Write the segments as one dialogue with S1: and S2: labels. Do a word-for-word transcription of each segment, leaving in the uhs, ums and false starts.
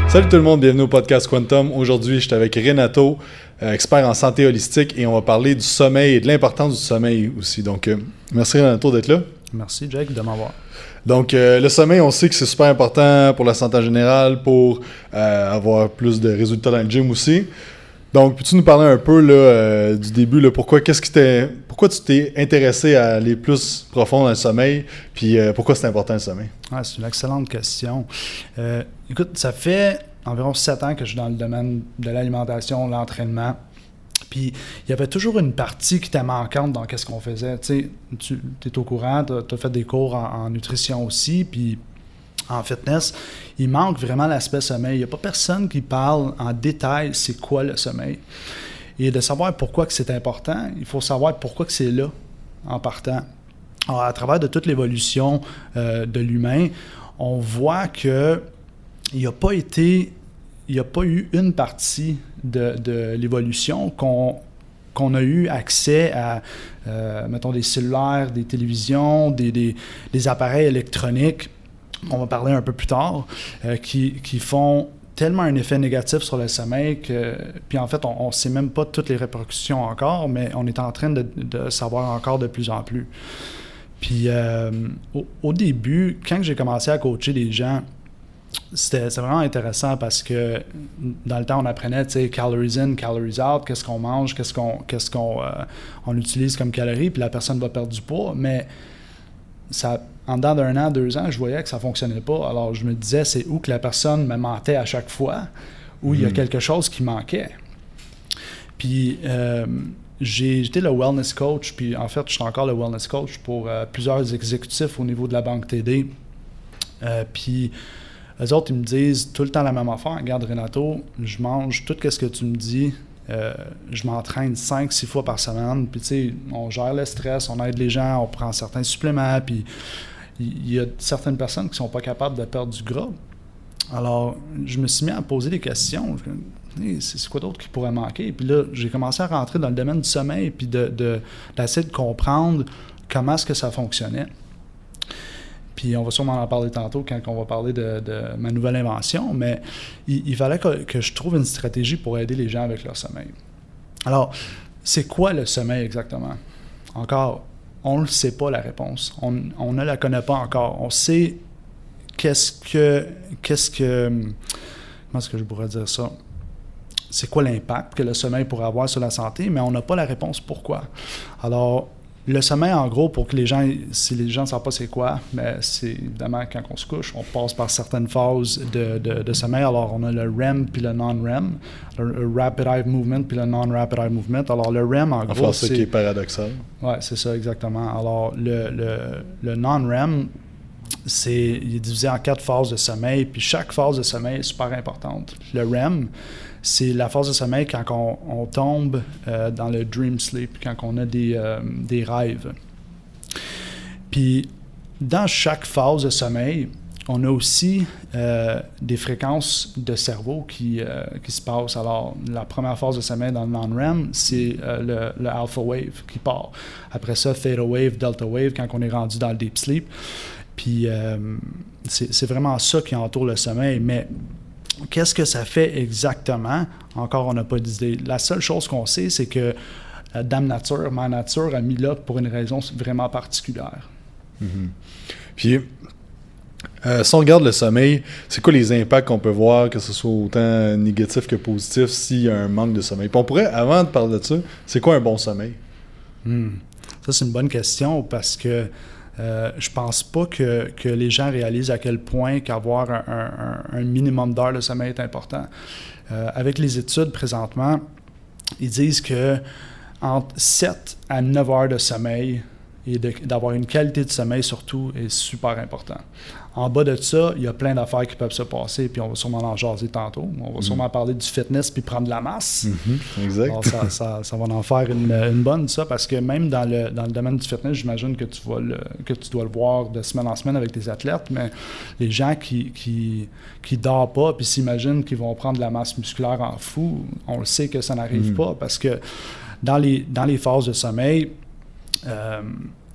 S1: Salut tout le monde, bienvenue au podcast Quantum. Aujourd'hui, je suis avec Renato, euh, expert en santé holistique, et on va parler du sommeil et de l'importance du sommeil aussi. Donc, euh, merci Renato d'être là.
S2: Merci Jake de m'avoir.
S1: Donc, euh, le sommeil, on sait que c'est super important pour la santé en général, pour euh, avoir plus de résultats dans le gym aussi. Donc, peux-tu nous parler un peu là, euh, du début, là, pourquoi, qu'est-ce qui t'est, pourquoi tu t'es intéressé à aller plus profond dans le sommeil, puis euh, pourquoi c'est important le sommeil?
S2: Ah, c'est une excellente question. Euh, écoute, ça fait environ sept ans que je suis dans le domaine de l'alimentation, l'entraînement. Puis, il y avait toujours une partie qui était manquante dans ce qu'on faisait. Tu sais, tu es au courant, tu as fait des cours en, en nutrition aussi, puis en fitness. Il manque vraiment l'aspect sommeil. Il n'y a pas personne qui parle en détail c'est quoi le sommeil. Et de savoir pourquoi que c'est important, il faut savoir pourquoi que c'est là en partant. Alors, à travers de toute l'évolution euh, de l'humain, on voit que il n'y a pas été, il n'y a pas eu une partie de, de l'évolution qu'on, qu'on a eu accès à, euh, mettons, des cellulaires, des télévisions, des, des, des appareils électroniques, on va parler un peu plus tard, euh, qui, qui font tellement un effet négatif sur le sommeil que, puis en fait, on ne sait même pas toutes les répercussions encore, mais on est en train de, de savoir encore de plus en plus. Puis euh, au, au début, quand j'ai commencé à coacher des gens, c'était, c'était vraiment intéressant parce que dans le temps, on apprenait, tu sais, calories in, calories out, qu'est-ce qu'on mange, qu'est-ce qu'on, qu'est-ce qu'on euh, on utilise comme calories, puis la personne va perdre du poids, mais ça, en dedans d'un an, deux ans, je voyais que ça ne fonctionnait pas. Alors, je me disais, c'est où que la personne me mentait à chaque fois, où mmh. il y a quelque chose qui manquait. Puis, euh, j'ai, j'étais le wellness coach, puis en fait, je suis encore le wellness coach pour euh, plusieurs exécutifs au niveau de la banque T D. Euh, puis, eux autres, ils me disent tout le temps la même affaire. Regarde, Renato, je mange tout ce que tu me dis. Euh, je m'entraîne cinq six fois par semaine. Puis, tu sais, on gère le stress, on aide les gens, on prend certains suppléments. Puis, il y a certaines personnes qui ne sont pas capables de perdre du gras. Alors, je me suis mis à poser des questions. Hey, c'est quoi d'autre qui pourrait manquer? Puis là, j'ai commencé à rentrer dans le domaine du sommeil puis de, de, d'essayer de comprendre comment est-ce que ça fonctionnait. Puis on va sûrement en parler tantôt quand on va parler de, de ma nouvelle invention, mais il, il fallait que, que je trouve une stratégie pour aider les gens avec leur sommeil. Alors, c'est quoi le sommeil exactement? Encore, on ne sait pas la réponse. On, on ne la connaît pas encore. On sait qu'est-ce que... qu'est-ce que comment est-ce que je pourrais dire ça? C'est quoi l'impact que le sommeil pourrait avoir sur la santé, mais on n'a pas la réponse pourquoi. Alors, le sommeil, en gros, pour que les gens, si les gens ne savent pas c'est quoi, mais c'est évidemment quand on se couche, on passe par certaines phases de, de, de sommeil. Alors, on a le R E M puis le non-R E M, le Rapid Eye Movement puis le non-Rapid Eye Movement. Alors, le R E M, en, en gros, c'est...
S1: c'est qui est paradoxal.
S2: Oui, c'est ça, exactement. Alors, le, le, le non-R E M, c'est, il est divisé en quatre phases de sommeil, puis chaque phase de sommeil est super importante. Le R E M, c'est la phase de sommeil quand on, on tombe euh, dans le dream sleep, quand on a des, euh, des rêves. Puis, dans chaque phase de sommeil, on a aussi euh, des fréquences de cerveau qui, euh, qui se passent. Alors, la première phase de sommeil dans le non-R E M, c'est euh, le, le alpha wave qui part. Après ça, theta wave, delta wave, quand on est rendu dans le deep sleep. Puis, euh, c'est, c'est vraiment ça qui entoure le sommeil. Mais qu'est-ce que ça fait exactement? Encore, on n'a pas d'idée. La seule chose qu'on sait, c'est que euh, Dame Nature, Mère Nature, a mis là pour une raison vraiment particulière.
S1: Mm-hmm. Puis, euh, si on regarde le sommeil, c'est quoi les impacts qu'on peut voir, que ce soit autant négatif que positif, s'il y a un manque de sommeil? Puis on pourrait, avant de parler de ça, c'est quoi un bon sommeil?
S2: Mm. Ça, c'est une bonne question parce que Euh, je pense pas que, que les gens réalisent à quel point qu'avoir un, un, un minimum d'heures de sommeil est important. Euh, avec les études présentement, ils disent que entre sept à neuf heures de sommeil et de, d'avoir une qualité de sommeil surtout est super important. En bas de ça, il y a plein d'affaires qui peuvent se passer, puis on va sûrement en jaser tantôt. On va mmh. sûrement parler du fitness puis prendre de la masse.
S1: Mmh, exact.
S2: Alors, ça, ça, ça va en faire une, une bonne, ça, parce que même dans le, dans le domaine du fitness, j'imagine que tu, vas le, que tu dois le voir de semaine en semaine avec tes athlètes, mais les gens qui qui, qui dorment pas puis s'imaginent qu'ils vont prendre de la masse musculaire en fou, on le sait que ça n'arrive mmh. pas, parce que dans les, dans les phases de sommeil, euh,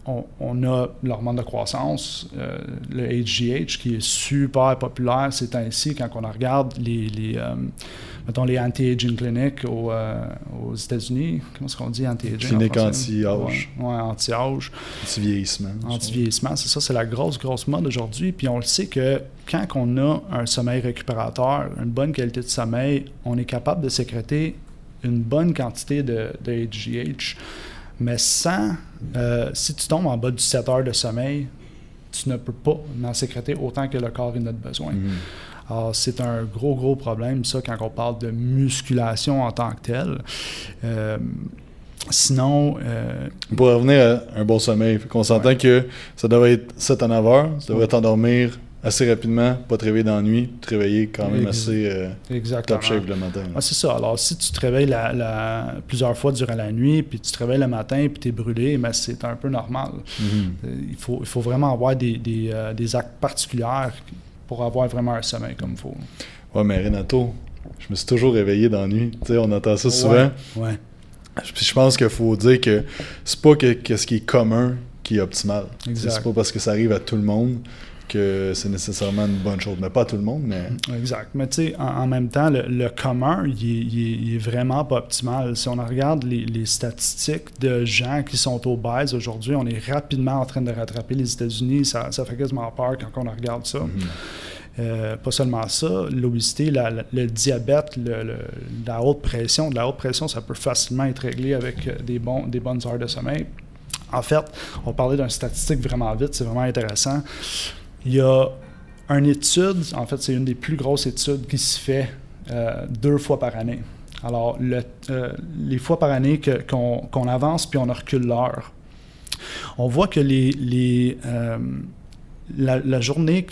S2: on, on a l'hormone de croissance, euh, le H G H, qui est super populaire ces temps-ci quand on regarde les, les, euh, mettons les anti-aging clinics aux, euh, aux États-Unis. Comment est-ce qu'on dit anti-aging?
S1: Clinique anti-âge.
S2: Oui, ouais, anti-âge.
S1: Anti-vieillissement.
S2: Anti-vieillissement, c'est ça, c'est la grosse, grosse mode aujourd'hui. Puis on le sait que quand on a un sommeil récupérateur, une bonne qualité de sommeil, on est capable de sécréter une bonne quantité de, de H G H. Mais sans, euh, si tu tombes en bas du sept heures de sommeil, tu ne peux pas en sécréter autant que le corps en a besoin. Mm-hmm. Alors, c'est un gros, gros problème, ça, quand on parle de musculation en tant que telle. Euh, sinon... Euh,
S1: Pour revenir à un bon sommeil, on s'entend ouais. que ça devrait être sept à neuf heures, tu devrais ouais. t'endormir assez rapidement, pas te réveiller dans la nuit, te réveiller quand même Ex- assez euh, top shape le matin.
S2: Ah, c'est ça. Alors, si tu te réveilles la, la, plusieurs fois durant la nuit, puis tu te réveilles le matin, puis tu es brûlé, ben, c'est un peu normal. Mm-hmm. Il faut, il faut vraiment avoir des, des, euh, des actes particuliers pour avoir vraiment un sommeil comme il faut.
S1: Ouais, mais Renato, je me suis toujours réveillé dans la nuit. Tu sais, on entend ça souvent.
S2: Ouais. ouais.
S1: Puis je pense qu'il faut dire que c'est pas que, que ce qui est commun qui est optimal. Exact. C'est pas parce que ça arrive à tout le monde que c'est nécessairement une bonne chose. Mais pas à tout le monde, mais...
S2: Exact. Mais tu sais, en, en même temps, le, le commun, il est, il, est, il est vraiment pas optimal. Si on regarde les, les statistiques de gens qui sont obèses aujourd'hui, on est rapidement en train de rattraper les États-Unis. Ça, ça fait quasiment peur quand on regarde ça. Mm-hmm. Euh, pas seulement ça, l'obésité, la, la, le diabète, le, le, la haute pression. De la haute pression, ça peut facilement être réglé avec des, bons, des bonnes heures de sommeil. En fait, on parlait d'une statistique vraiment vite, c'est vraiment intéressant. Il y a une étude, en fait, c'est une des plus grosses études qui se fait euh, deux fois par année. Alors, le, euh, les fois par année que, qu'on, qu'on avance puis on recule l'heure, on voit que les, les, euh, la, la journée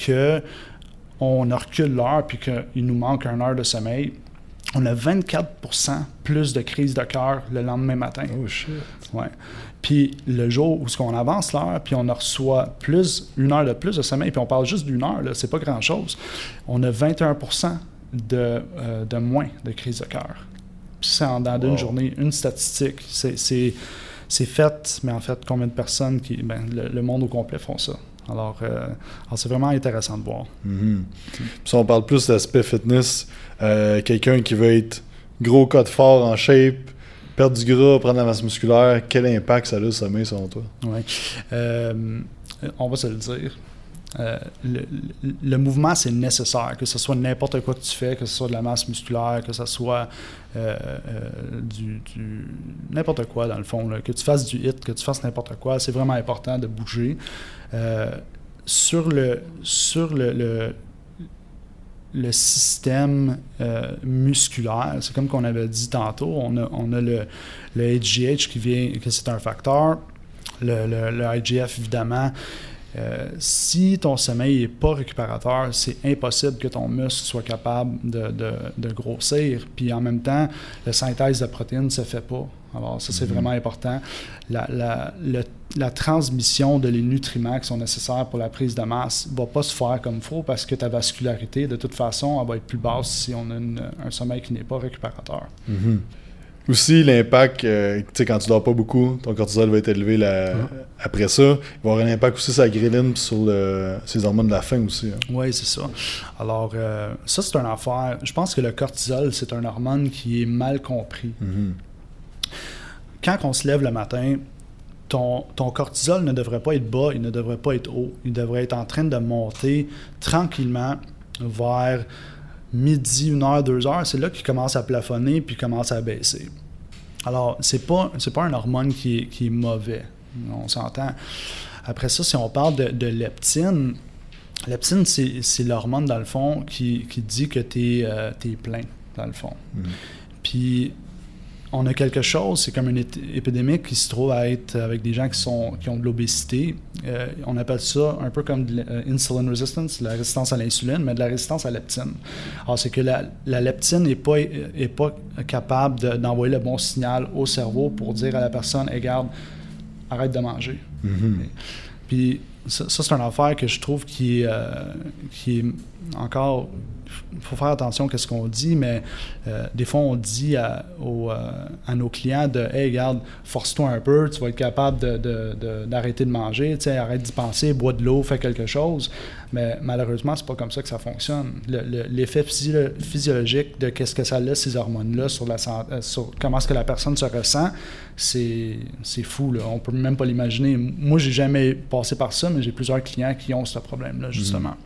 S2: qu'on recule l'heure puis qu'il nous manque une heure de sommeil, on a vingt-quatre pour cent plus de crises de cœur le lendemain matin.
S1: Oh shit!
S2: Ouais. Puis le jour où on avance l'heure, puis on reçoit plus, une heure de plus de sommeil, puis on parle juste d'une heure, là, c'est pas grand-chose, on a vingt et un pour cent de, euh, de moins de crises de cœur. Puis c'est en dans wow. d'une journée, une statistique. C'est, c'est, c'est fait, mais en fait, combien de personnes, qui, ben, le, le monde au complet font ça. Alors, euh, alors c'est vraiment intéressant de voir.
S1: Mm-hmm. Puis si on parle plus d'aspect fitness, euh, quelqu'un qui veut être gros, code fort, en shape, perdre du gras, prendre la masse musculaire, quel impact ça a le sommeil selon toi?
S2: Oui. Euh, on va se le dire. Euh, le, le, le mouvement, c'est nécessaire, que ce soit n'importe quoi que tu fais, que ce soit de la masse musculaire, que ce soit euh, euh, du, du n'importe quoi dans le fond, là, que tu fasses du hit, que tu fasses n'importe quoi, c'est vraiment important de bouger. Euh, sur le, sur le, le le système euh, musculaire, c'est comme qu'on avait dit tantôt, on a, on a le, le H G H qui vient, que c'est un facteur, le, le, le I G F évidemment. Euh, si ton sommeil n'est pas récupérateur, c'est impossible que ton muscle soit capable de, de, de grossir. Puis en même temps, la synthèse de protéines ne se fait pas. Alors ça, c'est mm-hmm. vraiment important. La, la, le, la transmission de les nutriments qui sont nécessaires pour la prise de masse ne va pas se faire comme il faut parce que ta vascularité, de toute façon, elle va être plus basse si on a une, un sommeil qui n'est pas récupérateur.
S1: Mm-hmm. Aussi, l'impact, euh, tu sais, quand tu dors pas beaucoup, ton cortisol va être élevé la, mmh. après ça. Il va y avoir un impact aussi sur la ghrelin et sur le, ces hormones de la faim aussi. Hein.
S2: Oui, c'est ça. Alors, euh, ça, c'est une affaire. Je pense que le cortisol, c'est un hormone qui est mal compris. Mmh. Quand on se lève le matin, ton, ton cortisol ne devrait pas être bas, il ne devrait pas être haut. Il devrait être en train de monter tranquillement vers midi, une heure, deux heures, c'est là qu'il commence à plafonner puis commence à baisser. Alors, c'est pas, c'est pas un hormone qui est, qui est mauvais, on s'entend. Après ça, si on parle de, de leptine, leptine, c'est, c'est l'hormone, dans le fond, qui, qui dit que tu es euh, plein, dans le fond. Mm. Puis, on a quelque chose, c'est comme une ép- épidémie qui se trouve à être avec des gens qui, sont, qui ont de l'obésité. Euh, on appelle ça un peu comme de l'insulin resistance, la résistance à l'insuline, mais de la résistance à la leptine. Alors, c'est que la, la leptine n'est pas, est pas capable de, d'envoyer le bon signal au cerveau pour dire à la personne, hey, regarde, arrête de manger. Mm-hmm. Puis, ça, ça, c'est une affaire que je trouve qui, euh, qui est encore... Il faut faire attention à ce qu'on dit, mais euh, des fois, on dit à, aux, euh, à nos clients de « Hey, regarde, force-toi un peu, tu vas être capable de, de, de, d'arrêter de manger, tu sais, arrête d'y penser, bois de l'eau, fais quelque chose. » Mais malheureusement, c'est pas comme ça que ça fonctionne. Le, le, l'effet physio- physiologique de qu'est-ce que ça laisse, ces hormones-là, sur, la, sur comment est-ce que la personne se ressent, c'est, c'est fou, là. On peut même pas l'imaginer. Moi, j'ai jamais passé par ça, mais j'ai plusieurs clients qui ont ce problème-là, justement. Mm-hmm.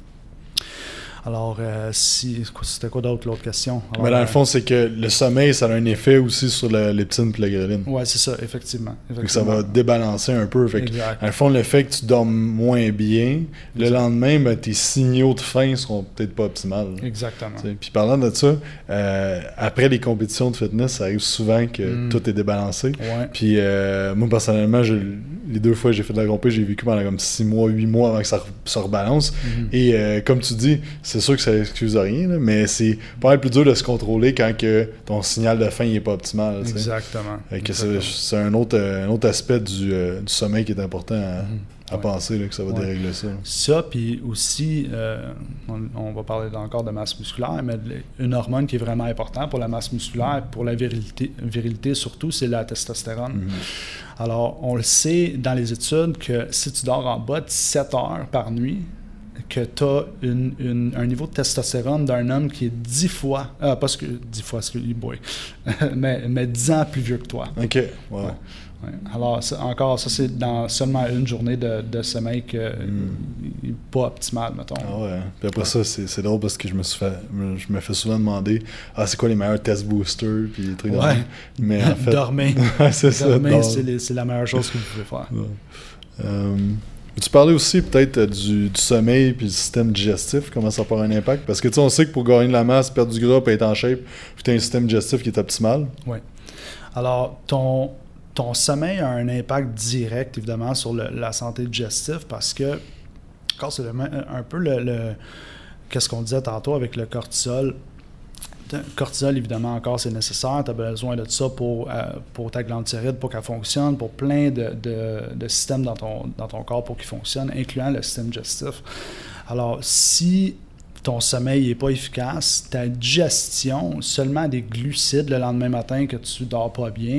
S2: Alors, euh, si, c'était quoi d'autre, l'autre question? Alors,
S1: mais dans le
S2: euh,
S1: fond, c'est que le sommeil, ça a un effet aussi sur la leptine et la ghreline.
S2: Oui, c'est ça, effectivement. effectivement.
S1: Donc ça va débalancer un peu. Fait que, dans le fond, le fait que tu dormes moins bien, exact. Le lendemain, ben, tes signaux de faim seront peut-être pas optimales.
S2: Exactement.
S1: T'sais. Puis parlant de ça, euh, après les compétitions de fitness, ça arrive souvent que mm. tout est débalancé.
S2: Ouais.
S1: Puis euh, moi, personnellement, je, les deux fois que j'ai fait de la compé, j'ai vécu pendant comme six mois, huit mois avant que ça se rebalance. Mm-hmm. Et euh, comme tu dis, c'est sûr que ça excuse rien, là, mais c'est pas mal plus dur de se contrôler quand que ton signal de faim n'est pas optimal. T'sais.
S2: Exactement.
S1: Que
S2: Exactement.
S1: C'est, c'est un, autre, un autre aspect du, euh, du sommeil qui est important à, mm-hmm. à ouais. penser, là, que ça va ouais. dérégler ça. Là.
S2: Ça, puis aussi, euh, on, on va parler encore de masse musculaire, mais une hormone qui est vraiment importante pour la masse musculaire, pour la virilité, virilité surtout, c'est la testostérone. Mm-hmm. Alors, on le sait dans les études que si tu dors en bas de sept heures par nuit, que tu as une, une, un niveau de testostérone d'un homme qui est dix fois, euh, pas ce que dix fois, ce que boy, mais, mais dix ans plus vieux que toi.
S1: OK. Wow. Ouais.
S2: Ouais. Alors, ça, encore, ça, c'est dans seulement une journée de, de sommeil qui n'est mm. pas optimal, mettons.
S1: Ah ouais. Puis après ouais. ça, c'est, c'est drôle parce que je me suis fait, je me fais souvent demander ah, c'est quoi les meilleurs test boosters, puis les trucs
S2: ouais.
S1: comme ça. Mais en fait.
S2: Dormez.
S1: c'est
S2: Dormez,
S1: ça.
S2: c'est, les, c'est la meilleure chose que vous pouvez faire.
S1: Ouais. Euh, tu parlais aussi peut-être du, du sommeil puis du système digestif, comment ça peut avoir un impact? Parce que tu sais, on sait que pour gagner de la masse, perdre du gras, puis être en shape, il faut un système digestif qui est optimal.
S2: Oui. Alors, ton, ton sommeil a un impact direct, évidemment, sur le, la santé digestive parce que, encore, c'est le, un peu le, le. Qu'est-ce qu'on disait tantôt avec le cortisol? Le cortisol, évidemment, encore, c'est nécessaire. Tu as besoin de ça pour, euh, pour ta glande thyroïde, pour qu'elle fonctionne, pour plein de, de, de systèmes dans ton, dans ton corps pour qu'ils fonctionnent, incluant le système digestif. Alors, si ton sommeil n'est pas efficace, ta digestion, seulement des glucides le lendemain matin que tu ne dors pas bien,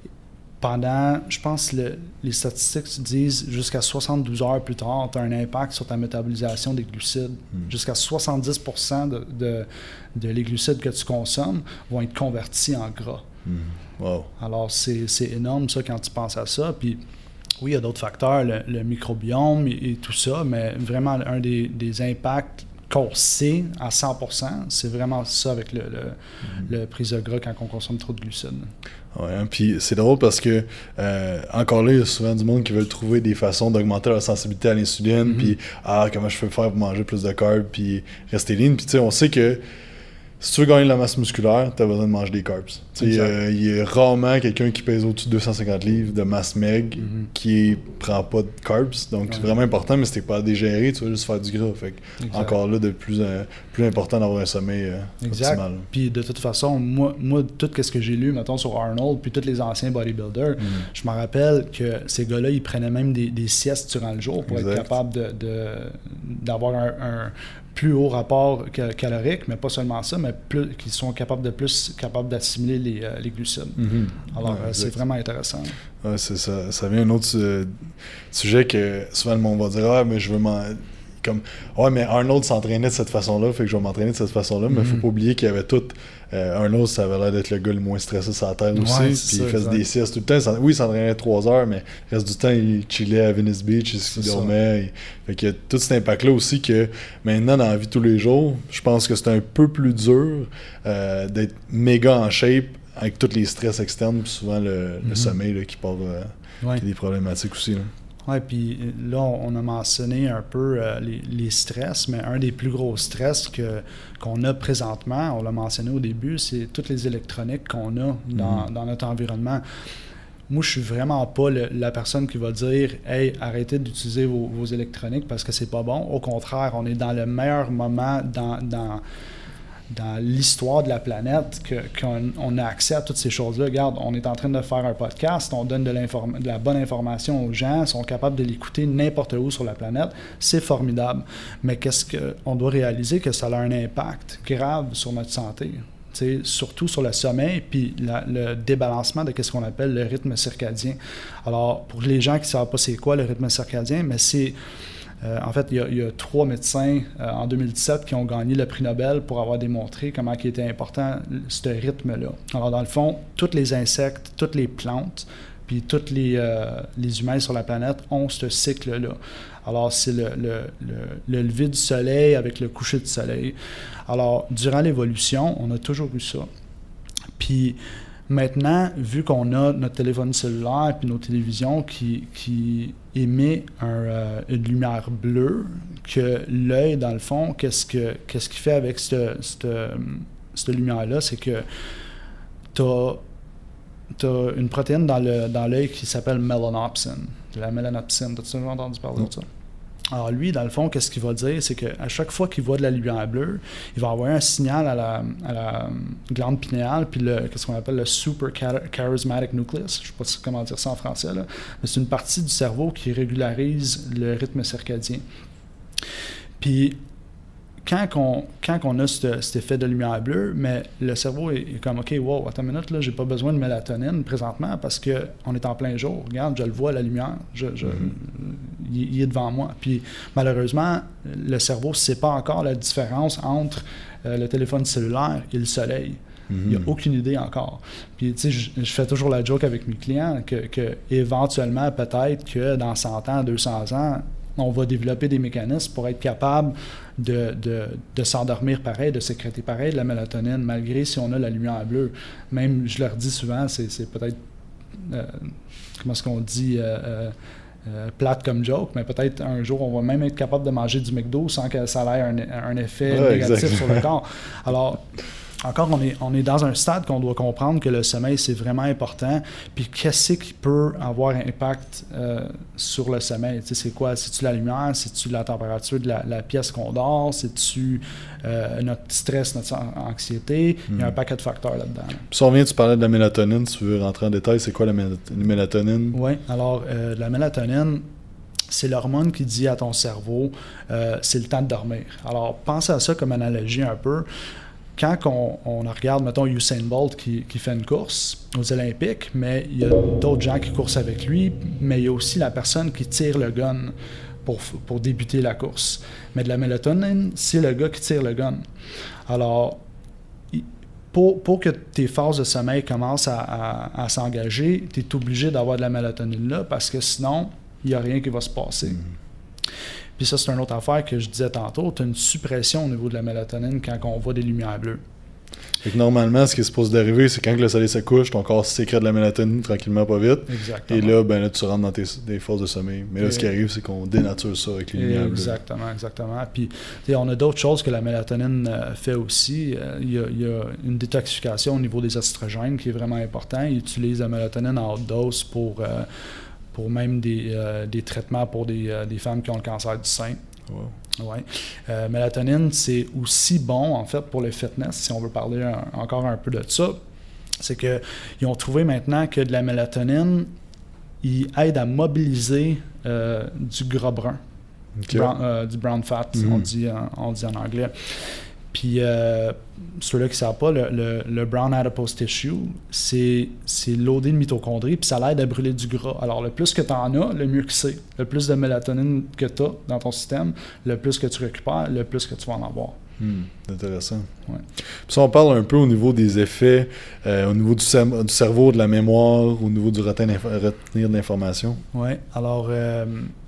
S2: pendant, je pense, le, les statistiques disent jusqu'à soixante-douze heures plus tard, tu as un impact sur ta métabolisation des glucides. Mm. Jusqu'à soixante-dix pour cent de, de, de les glucides que tu consommes vont être convertis en gras.
S1: Mm. Wow.
S2: Alors, c'est, c'est énorme, ça, quand tu penses à ça. Puis, oui, il y a d'autres facteurs, le, le microbiome et, et tout ça, mais vraiment, un des, des impacts qu'on sait à cent pour cent, c'est vraiment ça avec le, le, mm. le prise de gras quand on consomme trop de glucides.
S1: Ouais, hein, puis c'est drôle parce que euh, encore là, il y a souvent du monde qui veulent trouver des façons d'augmenter leur sensibilité à l'insuline, mm-hmm. puis ah, comment je peux faire pour manger plus de carbs, puis rester lean. Puis tu sais, on sait que si tu veux gagner de la masse musculaire, tu as besoin de manger des carbs. Il euh, y a rarement quelqu'un qui pèse au-dessus de deux cent cinquante livres de masse meg mm-hmm. qui prend pas de carbs. Donc, ouais. c'est vraiment important, mais si t'es pas à digérer, tu vas juste faire du gras. Fait que, encore là, de plus, euh, plus important d'avoir un sommeil euh, optimal.
S2: Puis de toute façon, moi, moi tout ce que j'ai lu, mettons, sur Arnold, puis tous les anciens bodybuilders, mm-hmm. je me rappelle que ces gars-là, ils prenaient même des, des siestes durant le jour pour exact. Être capables de, de, d'avoir un, un plus haut rapport calorique, mais pas seulement ça, mais plus qu'ils sont capables de plus capables d'assimiler les, euh, les glucides. Mm-hmm. Alors, ouais, euh, c'est vraiment intéressant.
S1: Ouais, c'est ça. Ça vient un autre euh, sujet que souvent le monde va dire « Ah, mais je veux m'en... » Comme, ouais, mais Arnold s'entraînait de cette façon-là, fait que je vais m'entraîner de cette façon-là, mm-hmm. mais il faut pas oublier qu'il y avait tout. Euh, Arnold, ça avait l'air d'être le gars le moins stressé sur la terre aussi, ouais, puis il faisait exact. Des siestes tout le temps. Oui, il s'entraînait trois heures, mais le reste du temps, il chillait à Venice Beach, il dormait. Il... Fait qu'il y a tout cet impact-là aussi que maintenant, dans la vie de tous les jours, je pense que c'est un peu plus dur euh, d'être méga en shape avec tous les stress externes, puis souvent le, mm-hmm. le sommeil là, qui part euh, ouais. qui a des problématiques aussi. Là.
S2: Oui, puis là, on a mentionné un peu euh, les, les stress, mais un des plus gros stress que, qu'on a présentement, on l'a mentionné au début, c'est toutes les électroniques qu'on a dans, mm-hmm. dans notre environnement. Moi, je suis vraiment pas le, la personne qui va dire « Hey, arrêtez d'utiliser vos, vos électroniques parce que c'est pas bon ». Au contraire, on est dans le meilleur moment dans... dans dans l'histoire de la planète que, qu'on on a accès à toutes ces choses-là. Regarde, on est en train de faire un podcast, on donne de, l'inform- de la bonne information aux gens, ils sont capables de l'écouter n'importe où sur la planète. C'est formidable. Mais qu'est-ce qu'on doit réaliser? Que ça a un impact grave sur notre santé. T'sais, surtout sur le sommeil, puis la, le débalancement de ce qu'on appelle le rythme circadien. Alors, pour les gens qui ne savent pas c'est quoi le rythme circadien, mais c'est... Euh, en fait, il y, a, il y a trois médecins euh, en deux mille dix-sept qui ont gagné le prix Nobel pour avoir démontré comment il était important ce rythme-là. Alors, dans le fond, tous les insectes, toutes les plantes, puis tous les, euh, les humains sur la planète ont ce cycle-là. Alors, c'est le, le, le, le lever du soleil avec le coucher du soleil. Alors, durant l'évolution, on a toujours eu ça. Puis, maintenant, vu qu'on a notre téléphone cellulaire puis nos télévisions qui, qui émet un, euh, une lumière bleue, que l'œil, dans le fond, qu'est-ce que qu'est-ce qu'il fait avec cette, cette, cette lumière-là, c'est que tu as une protéine dans, le, dans l'œil qui s'appelle mélanopsine. La mélanopsine, as-tu déjà entendu parler de ça? Alors lui, dans le fond, qu'est-ce qu'il va dire? C'est qu'à chaque fois qu'il voit de la lumière bleue, il va envoyer un signal à la, à la glande pinéale, puis le, qu'est-ce qu'on appelle le super charismatic nucleus. Je ne sais pas comment dire ça en français, là. Mais c'est une partie du cerveau qui régularise le rythme circadien. Puis quand on, quand on a ce, cet effet de lumière bleue, mais le cerveau est, est comme « OK, wow, attends une minute, là, j'ai pas besoin de mélatonine présentement parce qu'on est en plein jour. Regarde, je le vois, la lumière, je, je, mm-hmm. il, il est devant moi. » Puis malheureusement, le cerveau ne sait pas encore la différence entre euh, le téléphone cellulaire et le soleil. Mm-hmm. Il n'y a aucune idée encore. Puis, tu sais, je, je fais toujours la joke avec mes clients que, que éventuellement, peut-être que dans cent ans, deux cents ans, on va développer des mécanismes pour être capable de, de, de s'endormir pareil, de sécréter pareil de la mélatonine, malgré si on a la lumière bleue. Même, je leur dis souvent, c'est, c'est peut-être, euh, comment est-ce qu'on dit, euh, euh, euh, plate comme joke, mais peut-être un jour, on va même être capable de manger du McDo sans que ça ait un, un effet ouais, négatif exactement. Sur le corps. Alors, encore, on est, on est dans un stade qu'on doit comprendre que le sommeil, c'est vraiment important. Puis, qu'est-ce qui peut avoir un impact euh, sur le sommeil? Tu sais, c'est quoi? C'est-tu la lumière? C'est-tu la température de la, la pièce qu'on dort? C'est-tu euh, notre stress, notre anxiété? Mm. Il y a un paquet de facteurs là-dedans. Puis,
S1: si on revient, tu parlais de la mélatonine. Si tu veux rentrer en détail, c'est quoi la mél- mélatonine?
S2: Oui, alors, euh, la mélatonine, c'est l'hormone qui dit à ton cerveau, euh, c'est le temps de dormir. Alors, pense à ça comme analogie un peu. Quand on, on regarde, mettons, Usain Bolt qui, qui fait une course aux Olympiques, mais il y a d'autres gens qui courent avec lui, mais il y a aussi la personne qui tire le gun pour, pour débuter la course. Mais de la mélatonine, c'est le gars qui tire le gun. Alors, pour, pour que tes phases de sommeil commencent à, à, à s'engager, tu es obligé d'avoir de la mélatonine là, parce que sinon, il n'y a rien qui va se passer. Mm. Puis ça, c'est une autre affaire que je disais tantôt. Tu as une suppression au niveau de la mélatonine quand on voit des lumières bleues.
S1: Fait que normalement, ce qui est supposé d'arriver, c'est quand le soleil se couche, ton corps sécrète de la mélatonine tranquillement, pas vite.
S2: Exactement.
S1: Et là, ben là, tu rentres dans tes, des phases de sommeil. Mais là, Et ce qui arrive, c'est qu'on dénature ça avec les lumières bleues.
S2: Exactement, exactement. Puis, on a d'autres choses que la mélatonine euh, fait aussi. Euh, il, y a, il y a une détoxification au niveau des estrogènes qui est vraiment important. Ils utilisent la mélatonine en haute dose pour... Euh, pour même des, euh, des traitements pour des, euh, des femmes qui ont le cancer du sein. Wow. Ouais. Euh, mélatonine, c'est aussi bon, en fait, pour le fitness, si on veut parler un, encore un peu de ça. C'est qu'ils ont trouvé maintenant que de la mélatonine, il aide à mobiliser euh, du gras brun, okay. brown, euh, du brown fat, mm-hmm. on, dit, on dit en anglais. Puis, euh, ceux-là qui ne savent pas, le, le, le brown adipose tissue, c'est, c'est loadé de mitochondries, puis ça l'aide à brûler du gras. Alors, le plus que tu en as, le mieux que c'est. Le plus de mélatonine que tu as dans ton système, le plus que tu récupères, le plus que tu vas en avoir.
S1: Hmm, intéressant.
S2: Ouais.
S1: Puis si on parle un peu au niveau des effets, euh, au niveau du, cer- du cerveau, de la mémoire, au niveau du retenir, retenir de l'information.
S2: Oui, alors... Euh,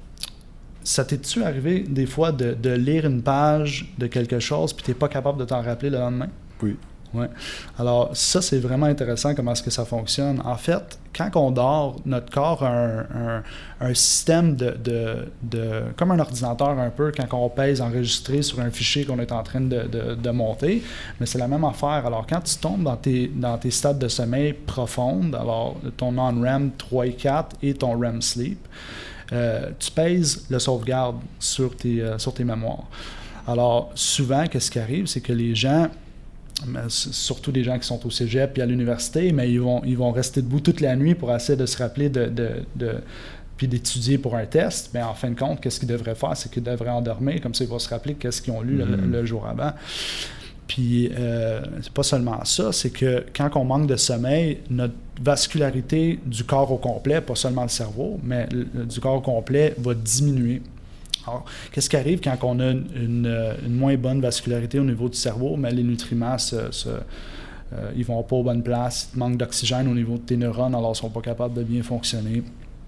S2: ça t'est-tu arrivé des fois de, de lire une page de quelque chose puis tu n'es pas capable de t'en rappeler le lendemain?
S1: Oui.
S2: Ouais. Alors, ça, c'est vraiment intéressant comment est-ce que ça fonctionne. En fait, quand on dort, notre corps a un, un, un système de, de, de... comme un ordinateur un peu, quand on pèse enregistrer sur un fichier qu'on est en train de, de, de monter, mais c'est la même affaire. Alors, quand tu tombes dans tes, dans tes stades de sommeil profondes, alors ton non-R E M trois et quatre et ton R E M sleep, Euh, tu pèses le sauvegarde sur tes, euh, sur tes mémoires. Alors, souvent, qu'est-ce qui arrive, c'est que les gens, surtout des gens qui sont au cégep et à l'université, mais ils vont, ils vont rester debout toute la nuit pour essayer de se rappeler de, de, de puis d'étudier pour un test. Mais en fin de compte, qu'est-ce qu'ils devraient faire? C'est qu'ils devraient endormir, comme ça ils vont se rappeler qu'est-ce qu'ils ont lu mm-hmm. le, le jour avant. Puis, euh, c'est pas seulement ça, c'est que quand on manque de sommeil, notre vascularité du corps au complet, pas seulement le cerveau, mais le, du corps au complet va diminuer. Alors, qu'est-ce qui arrive quand on a une, une, une moins bonne vascularité au niveau du cerveau? Mais les nutriments, se, se, euh, ils vont pas aux bonnes places, il manque d'oxygène au niveau de tes neurones, alors ils sont pas capables de bien fonctionner.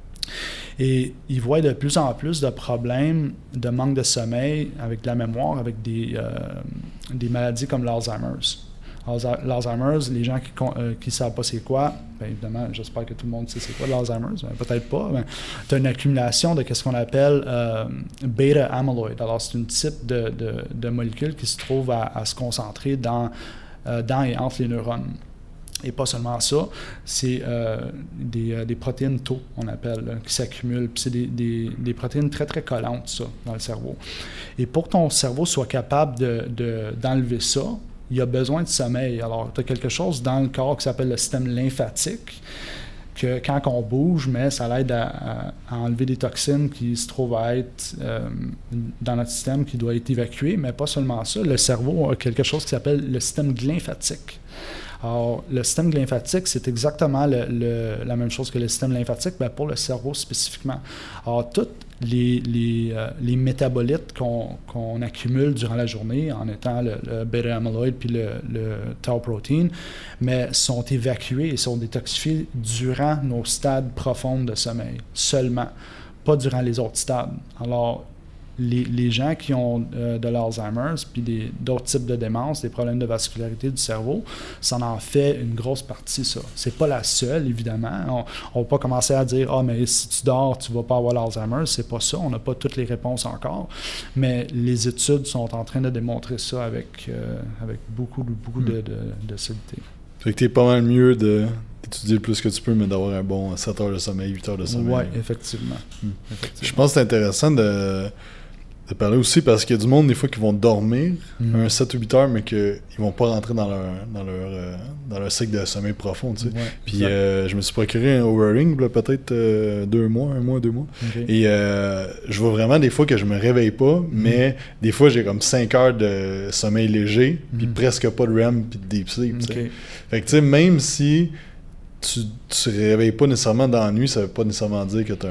S2: Et ils voient de plus en plus de problèmes de manque de sommeil avec de la mémoire, avec des, euh, des maladies comme l'Alzheimer's. L'Alzheimer's, les gens qui ne euh, savent pas c'est quoi, bien évidemment, j'espère que tout le monde sait c'est quoi l'Alzheimer's, mais peut-être pas. Tu as une accumulation de ce qu'on appelle euh, bêta-amyloïde. Alors, c'est un type de, de, de molécule qui se trouve à, à se concentrer dans, euh, dans et entre les neurones. Et pas seulement ça, c'est euh, des, euh, des protéines tau, on appelle, là, qui s'accumulent. Puis c'est des, des, des protéines très, très collantes, ça, dans le cerveau. Et pour que ton cerveau soit capable de, de, d'enlever ça, il y a besoin de sommeil. Alors, tu as quelque chose dans le corps qui s'appelle le système lymphatique, que quand on bouge, mais ça l'aide à, à, à enlever des toxines qui se trouvent à être euh, dans notre système, qui doit être évacué. Mais pas seulement ça, le cerveau a quelque chose qui s'appelle le système lymphatique. Alors, le système lymphatique, c'est exactement le, le, la même chose que le système lymphatique, mais pour le cerveau spécifiquement. Alors, tous les, les, euh, les métabolites qu'on, qu'on accumule durant la journée, en étant le, le bêta-amyloïde puis le, le tau protein, mais sont évacués et sont détoxifiés durant nos stades profonds de sommeil, seulement, pas durant les autres stades. Alors, Les, les gens qui ont euh, de l'Alzheimer's puis des, d'autres types de démence, des problèmes de vascularité du cerveau, ça en fait une grosse partie, ça. C'est pas la seule, évidemment. On ne va pas commencer à dire « Ah, mais si tu dors, tu vas pas avoir l'Alzheimer's ». C'est pas ça. On n'a pas toutes les réponses encore. Mais les études sont en train de démontrer ça avec, euh, avec beaucoup, beaucoup mm. de, de, de solidité.
S1: Fait que t'es pas mal mieux de... d'étudier le plus que tu peux, mais d'avoir un bon sept heures de sommeil, huit heures de sommeil.
S2: Oui, effectivement. Mm. effectivement.
S1: Je pense que c'est intéressant de, de parler aussi parce qu'il y a du monde, des fois, qui vont dormir mm. un sept ou huit heures, mais qu'ils ne vont pas rentrer dans leur, dans leur, euh, dans leur cycle de sommeil profond. Tu sais. Ouais, Puis euh, je me suis procuré un Oura Ring, là, peut-être euh, deux mois, un mois, deux mois. Okay. Et euh, je vois vraiment des fois que je me réveille pas, mm. mais des fois, j'ai comme cinq heures de sommeil léger, puis mm. presque pas de R E M, puis de deep sleep. Okay. Tu sais. Fait que, tu sais, même si tu ne te réveilles pas nécessairement dans la nuit, ça ne veut pas nécessairement dire que tu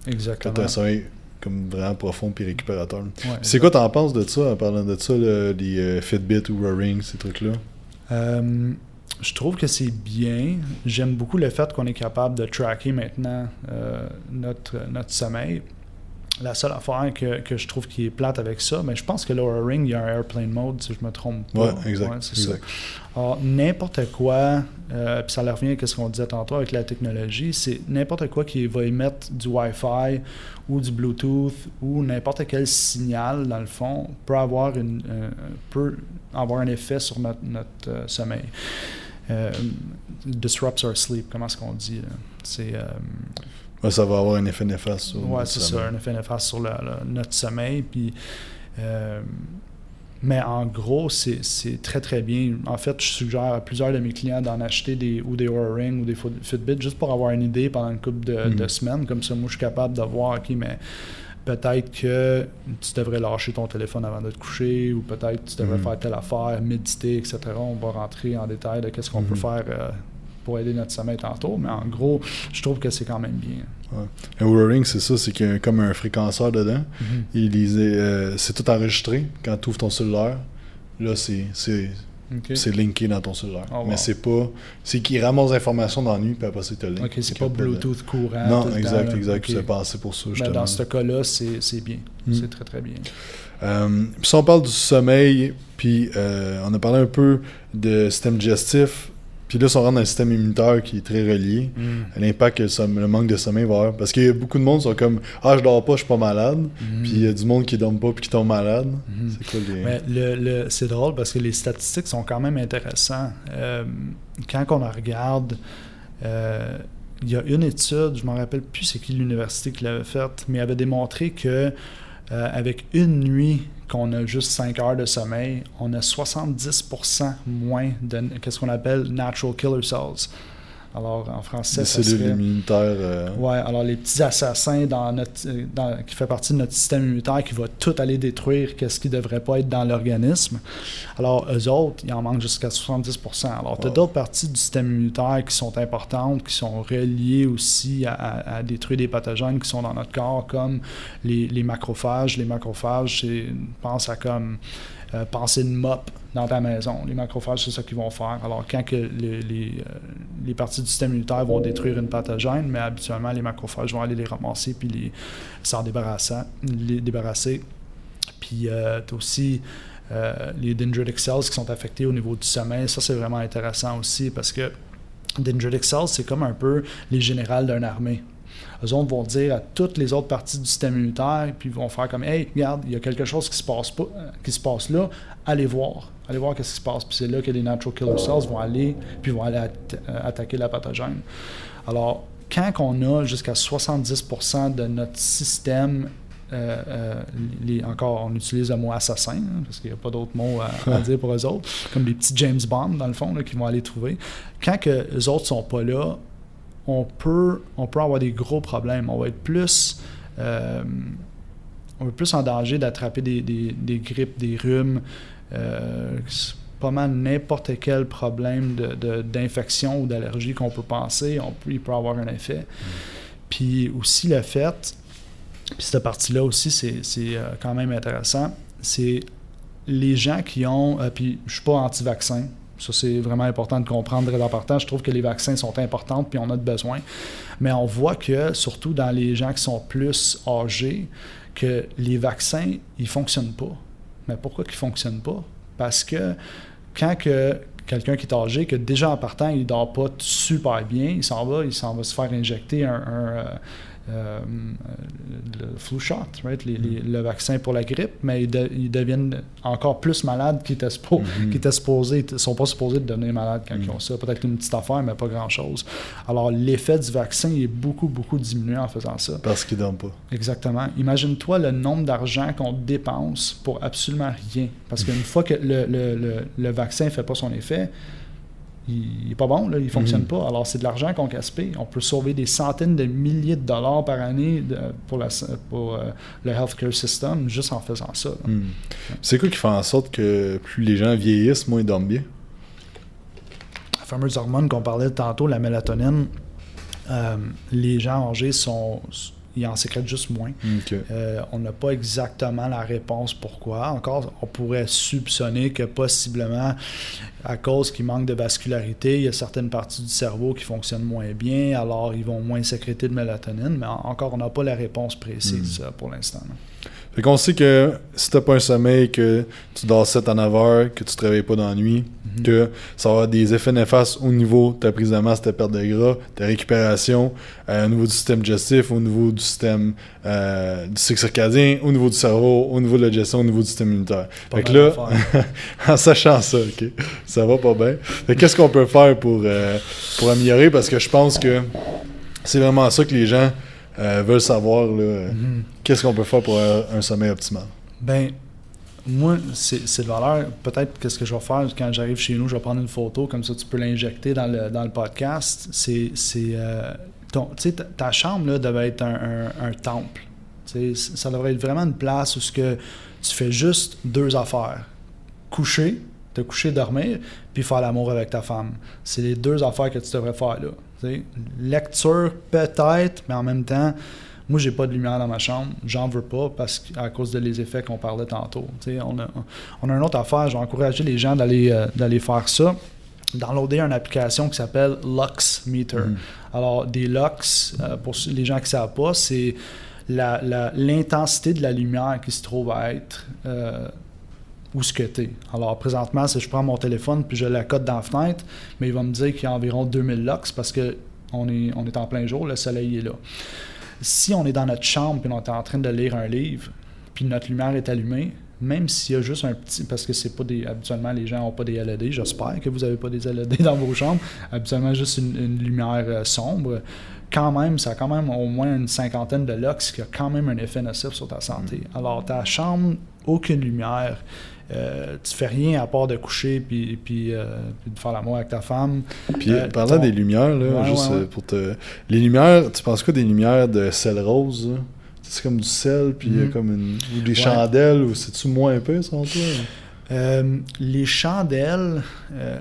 S1: as un sommeil comme vraiment profond puis récupérateur. Ouais, c'est quoi t'en penses de ça, en parlant de ça, là, les euh, Fitbit ou Oura Ring, ces trucs-là?
S2: Euh, je trouve que c'est bien. J'aime beaucoup le fait qu'on est capable de tracker maintenant euh, notre, notre sommeil. La seule affaire que, que je trouve qui est plate avec ça, mais je pense que l'Oura Ring, il y a un airplane mode, si je me trompe pas.
S1: Oui, exact. Ouais, c'est exact.
S2: Ça. Alors, n'importe quoi, euh, puis ça revient à ce qu'on disait tantôt avec la technologie, c'est n'importe quoi qui va émettre du Wi-Fi ou du Bluetooth ou n'importe quel signal, dans le fond, peut avoir, une, euh, peut avoir un effet sur notre, notre euh, sommeil. Euh, disrupts our sleep, comment est-ce qu'on dit? Là? C'est... Euh,
S1: Ouais, ça va avoir un effet néfaste sur
S2: ouais, notre c'est sommeil. ça, un effet néfaste sur le, le, notre sommeil. Puis, euh, mais en gros, c'est, c'est très, très bien. En fait, je suggère à plusieurs de mes clients d'en acheter des, ou des Oura Ring ou des Fitbit juste pour avoir une idée pendant une couple de, mm-hmm. de semaines. Comme ça, moi, je suis capable de voir, OK, mais peut-être que tu devrais lâcher ton téléphone avant de te coucher ou peut-être que tu devrais mm-hmm. faire telle affaire, méditer, et cetera. On va rentrer en détail de qu'est-ce qu'on mm-hmm. peut faire euh, pour aider notre sommeil tantôt, mais en gros, je trouve que c'est quand même bien.
S1: Ouais. Un Oura Ring, c'est ça, c'est qu'il y a comme un fréquenceur dedans. Mm-hmm. Il lisait, euh, c'est tout enregistré quand tu ouvres ton cellulaire. Là, c'est, c'est, okay. c'est linké dans ton cellulaire. Oh, wow. Mais c'est pas... C'est qu'il ramasse l'information dans la nuit, puis après ça, il te link.
S2: OK, c'est pas Bluetooth de... courant.
S1: Non, exact, temps, exact. Okay. C'est passé pour ça, justement.
S2: Ben, dans ce cas-là, c'est, c'est bien. Mm. C'est très, très bien.
S1: Euh, puis si on parle du sommeil, puis euh, on a parlé un peu de système digestif. Puis là, si on rentre dans le système immunitaire qui est très relié, mm. l'impact que le, som- le manque de sommeil va avoir. Parce qu'il y a beaucoup de monde qui sont comme « Ah, je dors pas, je suis pas malade. Mm. » Puis il y a du monde qui ne dort pas puis qui tombe malade. Mm. C'est quoi les...
S2: Mais le, le, c'est drôle parce que les statistiques sont quand même intéressantes. Euh, quand on la regarde, euh, il y a une étude, je ne me rappelle plus c'est qui l'université qui l'avait faite, mais elle avait démontré que euh, avec une nuit qu'on a juste cinq heures de sommeil, on a soixante-dix pour cent moins de ce qu'on appelle natural killer cells. Alors, en français,
S1: les
S2: ça
S1: cellules
S2: serait...
S1: immunitaires. Euh...
S2: Ouais, alors les petits assassins dans notre, dans, qui fait partie de notre système immunitaire qui va tout aller détruire qu'est-ce qui ne devrait pas être dans l'organisme. Alors, eux autres, il en manque jusqu'à soixante-dix pour cent. Alors, tu as wow. d'autres parties du système immunitaire qui sont importantes, qui sont reliées aussi à, à, à détruire des pathogènes qui sont dans notre corps, comme les, les macrophages. Les macrophages, c'est, pense à comme... Euh, penser une mop dans ta maison. Les macrophages, c'est ça qu'ils vont faire. Alors, quand que les, les, euh, les parties du système immunitaire vont détruire une pathogène, mais habituellement, les macrophages vont aller les ramasser puis les, s'en débarrasser. Les débarrasser. Puis, euh, tu as aussi euh, les dendritic cells qui sont affectés au niveau du sommeil. Ça, c'est vraiment intéressant aussi parce que dendritic cells, c'est comme un peu les générales d'une armée. Eux autres vont dire à toutes les autres parties du système immunitaire, puis ils vont faire comme « Hey, regarde, il y a quelque chose qui se passe pas, qui se passe là, allez voir. Allez voir qu'est-ce qui se passe. » Puis c'est là que les natural killer cells vont aller, puis vont aller at- attaquer la pathogène. Alors, quand on a jusqu'à soixante-dix pour cent de notre système, euh, euh, les, encore, on utilise le mot assassin, hein, parce qu'il n'y a pas d'autre mot à, à dire pour eux autres, comme des petits James Bond, dans le fond, là, qui vont aller trouver. Quand que eux autres sont pas là, on peut, on peut avoir des gros problèmes. On va être plus, euh, on va être plus en danger d'attraper des, des, des grippes, des rhumes, euh, pas mal n'importe quel problème de, de, d'infection ou d'allergie qu'on peut penser, on peut, il peut avoir un effet. Mm. Puis aussi le fait, puis cette partie-là aussi, c'est, c'est euh, quand même intéressant, c'est les gens qui ont, euh, puis je ne suis pas anti-vaccin. Ça, c'est vraiment important de comprendre très important. Je trouve que les vaccins sont importants puis on a de besoin. Mais on voit que, surtout dans les gens qui sont plus âgés, que les vaccins, ils ne fonctionnent pas. Mais pourquoi ils ne fonctionnent pas? Parce que quand que quelqu'un qui est âgé, que déjà en partant, il ne dort pas super bien, il s'en va, il s'en va se faire injecter un... un euh, Euh, le flu shot, right? les, les, le vaccin pour la grippe, mais ils, de, ils deviennent encore plus malades qu'ils étaient, spo- mm-hmm. qu'ils étaient supposés, ils ne sont pas supposés de devenir malades quand mm-hmm. ils ont ça. Peut-être une petite affaire, mais pas grand-chose. Alors, l'effet du vaccin est beaucoup, beaucoup diminué en faisant ça.
S1: Parce qu'ils ne dorment pas.
S2: Exactement. Imagine-toi le nombre d'argent qu'on dépense pour absolument rien. Parce qu'une fois que le, le, le, le vaccin ne fait pas son effet, il n'est pas bon, là, il ne fonctionne mm-hmm. pas. Alors, c'est de l'argent qu'on gaspille. On peut sauver des centaines de milliers de dollars par année de, pour, la, pour euh, le healthcare system juste en faisant ça.
S1: Mm. C'est quoi qui fait en sorte que plus les gens vieillissent, moins ils dorment bien?
S2: La fameuse hormone qu'on parlait tantôt, la mélatonine, euh, les gens âgés sont... ils en sécrètent juste moins.
S1: Okay.
S2: Euh, on n'a pas exactement la réponse pourquoi. Encore, on pourrait soupçonner que possiblement, à cause qu'il manque de vascularité, il y a certaines parties du cerveau qui fonctionnent moins bien, alors ils vont moins sécréter de mélatonine, mais encore, on n'a pas la réponse précise mm. pour l'instant.
S1: Fait qu'on sait que si t'as pas un sommeil, que tu dors sept à neuf heures, que tu te réveilles pas dans la nuit, mm-hmm. que ça va avoir des effets néfastes au niveau de ta prise de masse, ta perte de gras, ta récupération, euh, au niveau du système digestif, au niveau du système euh, du cycle circadien, au niveau du cerveau, au niveau de la digestion, au niveau du système immunitaire. Pas fait que là, en sachant ça, ok, ça va pas bien. Fait que qu'est-ce qu'on peut faire pour, euh, pour améliorer? Parce que je pense que c'est vraiment ça que les gens Euh, veulent savoir là, mm-hmm. qu'est-ce qu'on peut faire pour un, un sommeil optimal.
S2: Ben, moi, c'est, c'est de valeur. Peut-être qu'est-ce que je vais faire quand j'arrive chez nous, je vais prendre une photo, comme ça tu peux l'injecter dans le, dans le podcast. C'est, c'est euh, ton, tu sais, ta, ta chambre là, devait être un, un, un temple. Tu sais, ça devrait être vraiment une place où ce que tu fais juste deux affaires. Coucher, te coucher, dormir, puis faire l'amour avec ta femme. C'est les deux affaires que tu devrais faire là. T'sais, lecture peut-être, mais en même temps, moi j'ai pas de lumière dans ma chambre, j'en veux pas parce que, à cause de les effets qu'on parlait tantôt. T'sais, on a, on a une autre affaire, j'ai encouragé les gens d'aller, euh, d'aller faire ça, downloader une application qui s'appelle Lux Meter. Mm. Alors des lux, euh, pour les gens qui ne savent pas, c'est la, la, l'intensité de la lumière qui se trouve à être euh, où ce que tu es. Alors, présentement, si je prends mon téléphone puis je la cote dans la fenêtre, mais il va me dire qu'il y a environ deux mille lux parce qu'on est, on est en plein jour, le soleil est là. Si on est dans notre chambre puis on est en train de lire un livre, puis notre lumière est allumée, même s'il y a juste un petit... Parce que c'est pas des... Habituellement, les gens n'ont pas des L E D. J'espère que vous n'avez pas des L E D dans vos chambres. Habituellement, juste une, une lumière euh, sombre. Quand même, ça a quand même au moins une cinquantaine de lux qui a quand même un effet nocif sur ta santé. Alors, ta chambre aucune lumière. Euh, tu fais rien à part de coucher puis, puis, euh, puis de faire l'amour avec ta femme.
S1: Puis
S2: euh,
S1: parlant
S2: ton...
S1: des lumières, là,
S2: ouais,
S1: juste
S2: ouais, ouais.
S1: pour te... Les lumières, tu penses quoi des lumières de sel rose, là? C'est comme du sel, puis il y a
S2: Mm.
S1: comme une... Ou des
S2: Ouais.
S1: chandelles, ou c'est-tu moins épais, selon toi?
S2: Euh, les chandelles, euh,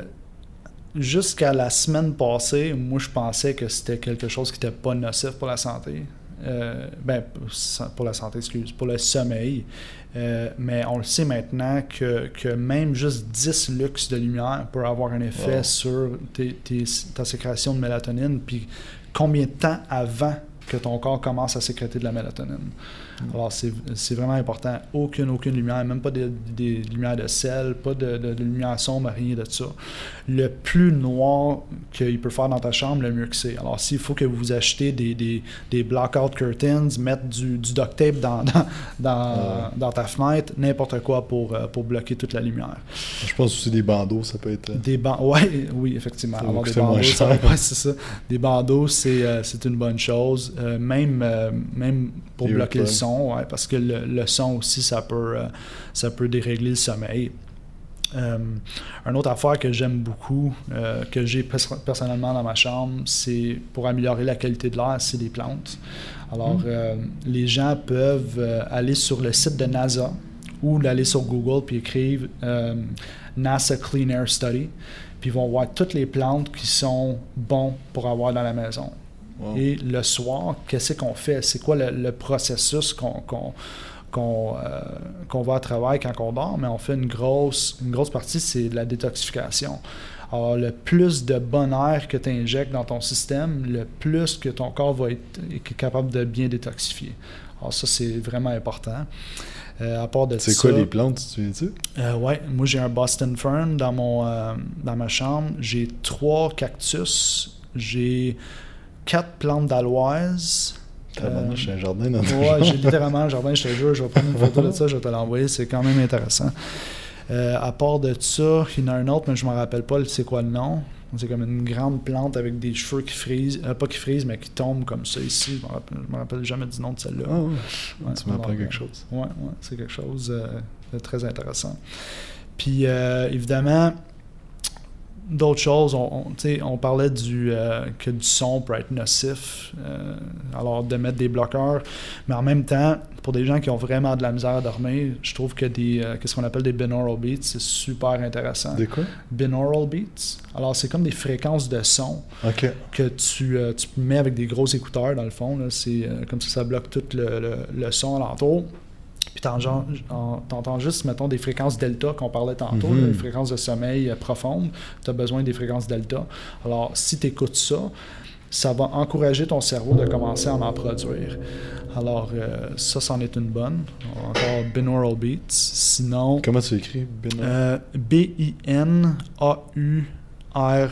S2: jusqu'à la semaine passée, moi je pensais que c'était quelque chose qui n'était pas nocif pour la santé. Euh, ben, pour la santé, excuse, pour le sommeil. Euh, mais on le sait maintenant que, que même juste dix lux de lumière peut avoir un effet
S1: wow.
S2: sur tes, tes, ta sécrétion de mélatonine. Puis combien de temps avant que ton corps commence à sécréter de la mélatonine. Mm. Alors, c'est, c'est vraiment important. Aucune, aucune lumière, même pas des, des lumières de sel, pas de, de, de lumière sombre, rien de ça. Le plus noir qu'il peut faire dans ta chambre, le mieux que c'est. Alors, s'il faut que vous achetez des, des, des blackout curtains, mettre du, du duct tape dans, dans, dans,
S1: ouais.
S2: dans ta fenêtre, n'importe quoi pour, pour bloquer toute la lumière.
S1: Je pense aussi des bandeaux, ça peut être...
S2: Des ban- ouais, oui, effectivement.
S1: Ça
S2: avoir des
S1: bandeaux,
S2: ça, ouais, c'est ça. Des bandeaux, c'est, euh, c'est une bonne chose. Euh, même, euh, même pour
S1: Les
S2: bloquer le
S1: repas.
S2: son, ouais, parce que le, le son aussi, ça peut, euh, ça peut dérégler le sommeil. Euh, une autre affaire que j'aime beaucoup, euh, que j'ai pers- personnellement dans ma chambre, c'est pour améliorer la qualité de l'air, c'est des plantes. Alors, mmh. euh, les gens peuvent euh, aller sur le site de NASA ou aller sur Google puis écrire euh, NASA Clean Air Study, puis ils vont voir toutes les plantes qui sont bonnes pour avoir dans la maison. Wow. Et le soir, qu'est-ce qu'on fait? C'est quoi le, le processus qu'on, qu'on, qu'on, euh, qu'on va à travail quand on dort? Mais on fait une grosse, une grosse partie, c'est de la détoxification. Alors, le plus de bon air que tu injectes dans ton système, le plus que ton corps va être, être capable de bien détoxifier. Alors ça, c'est vraiment important. Euh, à part de
S1: c'est
S2: ça,
S1: quoi les plantes, tu viens-tu?
S2: Euh, ouais, moi j'ai un Boston Fern dans, mon, euh, dans ma chambre. J'ai trois cactus. J'ai quatre plantes d'aloise.
S1: Euh, j'ai un jardin dans
S2: ouais,
S1: jardin.
S2: J'ai littéralement un jardin, je te jure. Je vais prendre une photo de ça, je vais te l'envoyer. C'est quand même intéressant. Euh, à part de ça, il y en a un autre, mais je ne me rappelle pas c'est quoi le nom. C'est comme une grande plante avec des cheveux qui frisent, euh, pas qui frisent, mais qui tombent comme ça ici. Je ne me, me rappelle jamais du nom de celle-là.
S1: Ah ouais.
S2: Ouais,
S1: tu m'apprends quelque chose.
S2: Oui, ouais, c'est quelque chose euh, de très intéressant. Puis, euh, évidemment, d'autres choses, on, on, on parlait du, euh, que du son peut être nocif, euh, alors de mettre des bloqueurs, mais en même temps, pour des gens qui ont vraiment de la misère à dormir, je trouve que des, euh, qu'est-ce qu'on appelle des binaural beats, c'est super intéressant.
S1: Des quoi?
S2: Binaural beats. Alors, c'est comme des fréquences de son
S1: okay.
S2: que tu, euh, tu mets avec des gros écouteurs, dans le fond. Là, c'est, euh, comme ça, ça bloque tout le, le, le son alentour. Puis t'entends juste, mettons, des fréquences delta qu'on parlait tantôt, mm-hmm. là, des fréquences de sommeil euh, profondes. Tu as besoin des fréquences delta. Alors, si tu écoutes ça, ça va encourager ton cerveau de commencer à en produire. Alors, euh, ça, c'en est une bonne. Encore binaural beats. Sinon...
S1: Comment tu écris binaural?
S2: Euh, B I N A U R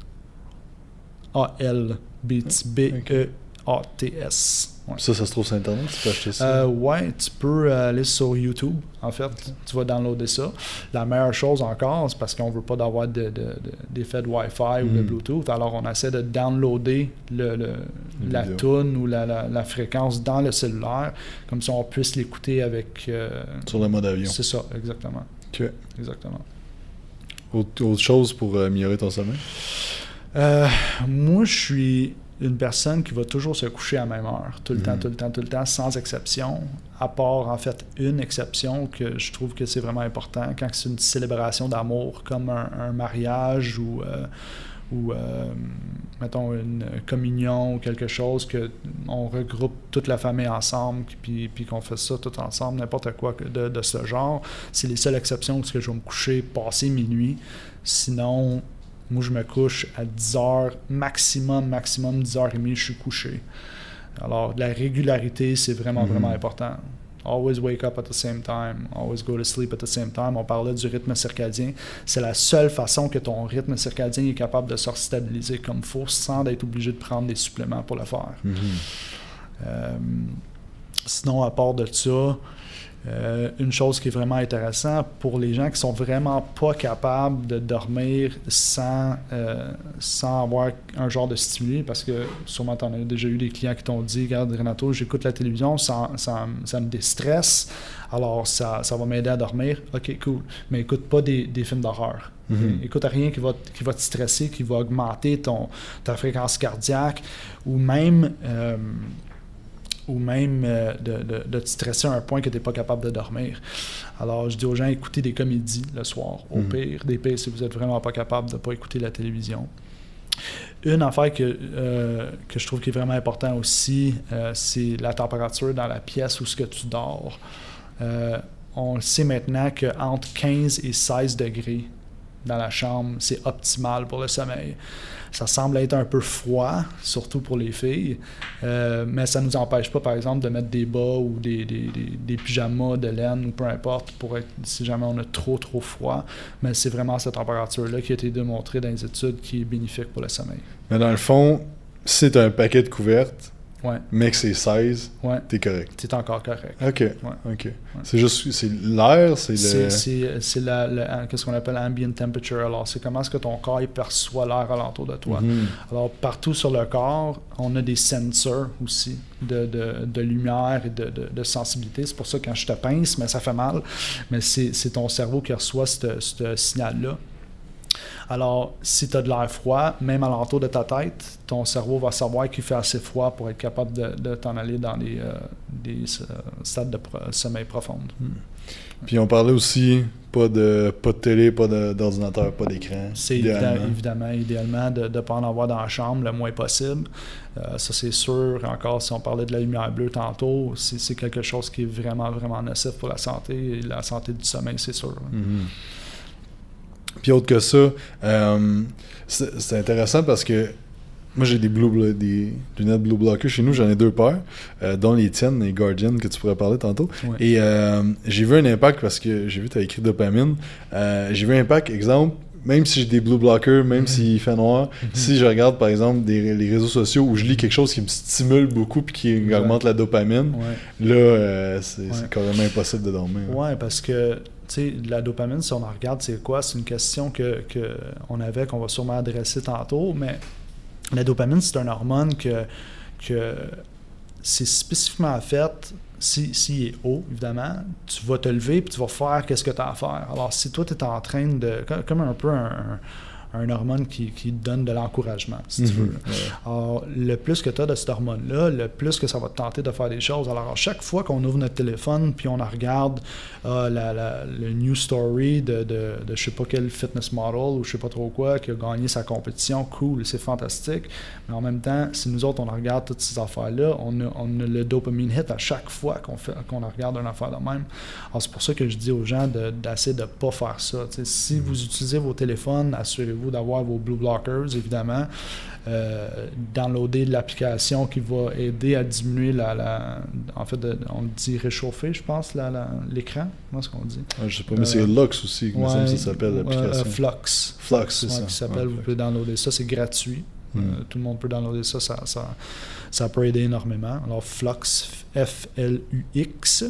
S2: A L. Beats. B E A T S. Ouais.
S1: Ça, ça se trouve sur Internet? Tu peux acheter ça?
S2: Euh, ouais, tu peux aller sur YouTube. En fait, tu vas downloader ça. La meilleure chose encore, c'est parce qu'on ne veut pas d'avoir de, de, de, d'effet de Wi-Fi mm. ou de Bluetooth. Alors, on essaie de downloader le, le, la tune ou la, la, la fréquence dans le cellulaire, comme ça on puisse l'écouter avec... Euh,
S1: sur le mode avion.
S2: C'est ça, exactement.
S1: OK.
S2: Exactement.
S1: Autre, autre chose pour améliorer ton sommeil?
S2: Euh, moi, je suis... une personne qui va toujours se coucher à la même heure, tout le mmh. temps, tout le temps, tout le temps, sans exception, à part, en fait, une exception que je trouve que c'est vraiment important, quand c'est une célébration d'amour, comme un, un mariage ou, euh, ou euh, mettons, une communion ou quelque chose, qu'on regroupe toute la famille ensemble, puis, puis qu'on fait ça tout ensemble, n'importe quoi de, de ce genre. C'est les seules exceptions où je vais me coucher passé minuit. Sinon... Moi, je me couche à dix heures, maximum, maximum dix heures trente, je suis couché. Alors, la régularité, c'est vraiment, mm-hmm. vraiment important. Always wake up at the same time. Always go to sleep at the same time. On parlait du rythme circadien. C'est la seule façon que ton rythme circadien est capable de se stabiliser comme il faut sans être obligé de prendre des suppléments pour le faire.
S1: Mm-hmm.
S2: Euh, sinon, à part de ça, Euh, une chose qui est vraiment intéressante pour les gens qui sont vraiment pas capables de dormir sans, euh, sans avoir un genre de stimuli, parce que sûrement tu en as déjà eu des clients qui t'ont dit « Regarde, Renato, j'écoute la télévision, ça, ça, ça me déstresse, alors ça, ça va m'aider à dormir. » OK, cool. Mais écoute pas des, des films d'horreur. Mm-hmm. Écoute rien qui va, qui va te stresser, qui va augmenter ton, ta fréquence cardiaque, ou même... Euh, ou même euh, de, de, de te stresser à un point que tu n'es pas capable de dormir. Alors, je dis aux gens, écoutez des comédies le soir, au mm-hmm. pire. Des pires si vous n'êtes vraiment pas capable de ne pas écouter la télévision. Une affaire que, euh, que je trouve qui est vraiment important aussi, euh, c'est la température dans la pièce où ce que tu dors. Euh, on sait maintenant qu'entre quinze et seize degrés dans la chambre, c'est optimal pour le sommeil. Ça semble être un peu froid, surtout pour les filles, euh, mais ça ne nous empêche pas, par exemple, de mettre des bas ou des, des, des, des pyjamas de laine ou peu importe, pour être, si jamais on a trop, trop froid. Mais c'est vraiment cette température-là qui a été démontrée dans les études qui est bénéfique pour le sommeil.
S1: Mais dans le fond, si tu as un paquet de couvertes,
S2: ouais.
S1: mais que c'est seize,
S2: ouais.
S1: t'es correct.
S2: T'es encore correct.
S1: OK.
S2: Ouais.
S1: OK.
S2: Ouais.
S1: C'est juste, c'est l'air, c'est le...
S2: C'est, c'est, c'est la, la, qu'est-ce qu'on appelle ambient temperature. Alors, c'est comment est-ce que ton corps perçoit l'air alentour de toi. Mm-hmm. Alors, partout sur le corps, on a des sensors aussi de, de, de lumière et de, de, de sensibilité. C'est pour ça que quand je te pince, mais ça fait mal, mais c'est, c'est ton cerveau qui reçoit ce, ce signal-là. Alors, si tu as de l'air froid, même alentour de ta tête, ton cerveau va savoir qu'il fait assez froid pour être capable de, de t'en aller dans des, euh, des euh, stades de pro- sommeil profond.
S1: Hmm. Puis on parlait aussi pas de pas de télé, pas de, d'ordinateur, pas d'écran.
S2: C'est idéalement, évidemment, idéalement de ne pas en avoir dans la chambre le moins possible. Euh, ça, c'est sûr. Encore, si on parlait de la lumière bleue tantôt, c'est, c'est quelque chose qui est vraiment, vraiment nocif pour la santé. Et la santé du sommeil, c'est sûr.
S1: Mm-hmm. Puis autre que ça, euh, c'est, c'est intéressant parce que moi j'ai des blue des lunettes Blue Blocker chez nous, j'en ai deux paires, euh, dont les tiennes, les Guardian que tu pourrais parler tantôt. Ouais. Et euh, j'ai vu un impact parce que j'ai vu que tu as écrit dopamine. Euh, j'ai vu un impact, exemple, même si j'ai des Blue Blockers, même mm-hmm. s'il fait noir, mm-hmm. si je regarde par exemple des, les réseaux sociaux où je lis quelque chose qui me stimule beaucoup puis qui exact. Augmente la dopamine, ouais. là euh, c'est, ouais. c'est carrément impossible de dormir.
S2: Ouais, parce que tu sais, la dopamine, si on en regarde, c'est quoi? C'est une question que, que on avait, qu'on va sûrement adresser tantôt, mais la dopamine, c'est une hormone que, que c'est spécifiquement fait, si, si il est haut, évidemment, tu vas te lever et tu vas faire qu'est-ce que tu as à faire. Alors, si toi, tu es en train de... Comme un peu un... un hormone qui, qui donne de l'encouragement, si mm-hmm. tu veux. Ouais. Alors, le plus que tu as de cette hormone-là, le plus que ça va te tenter de faire des choses. Alors, à chaque fois qu'on ouvre notre téléphone puis on en regarde euh, la, la, le news story de, de, de je sais pas quel fitness model ou je sais pas trop quoi qui a gagné sa compétition, cool, c'est fantastique. Mais en même temps, si nous autres, on regarde toutes ces affaires-là, on a, on a le dopamine hit à chaque fois qu'on, fait, qu'on regarde une affaire de même. Alors, c'est pour ça que je dis aux gens de, d'essayer de ne pas faire ça. T'sais, si mm-hmm. vous utilisez vos téléphones, assurez-vous d'avoir vos Blue Blockers, évidemment. Euh, downloader de l'application qui va aider à diminuer la... la en fait, de, on dit réchauffer, je pense, la, la, l'écran. Comment est-ce qu'on dit?
S1: Ouais, je sais pas, mais euh, c'est Lux aussi, comme ouais, ça s'appelle l'application.
S2: Euh, Flux.
S1: Flux, c'est ouais, ça.
S2: Qui s'appelle, ouais, vous pouvez downloader ça, c'est gratuit. Mm. Euh, tout le monde peut downloader ça, ça, ça, ça peut aider énormément. Alors, Flux, F L U X.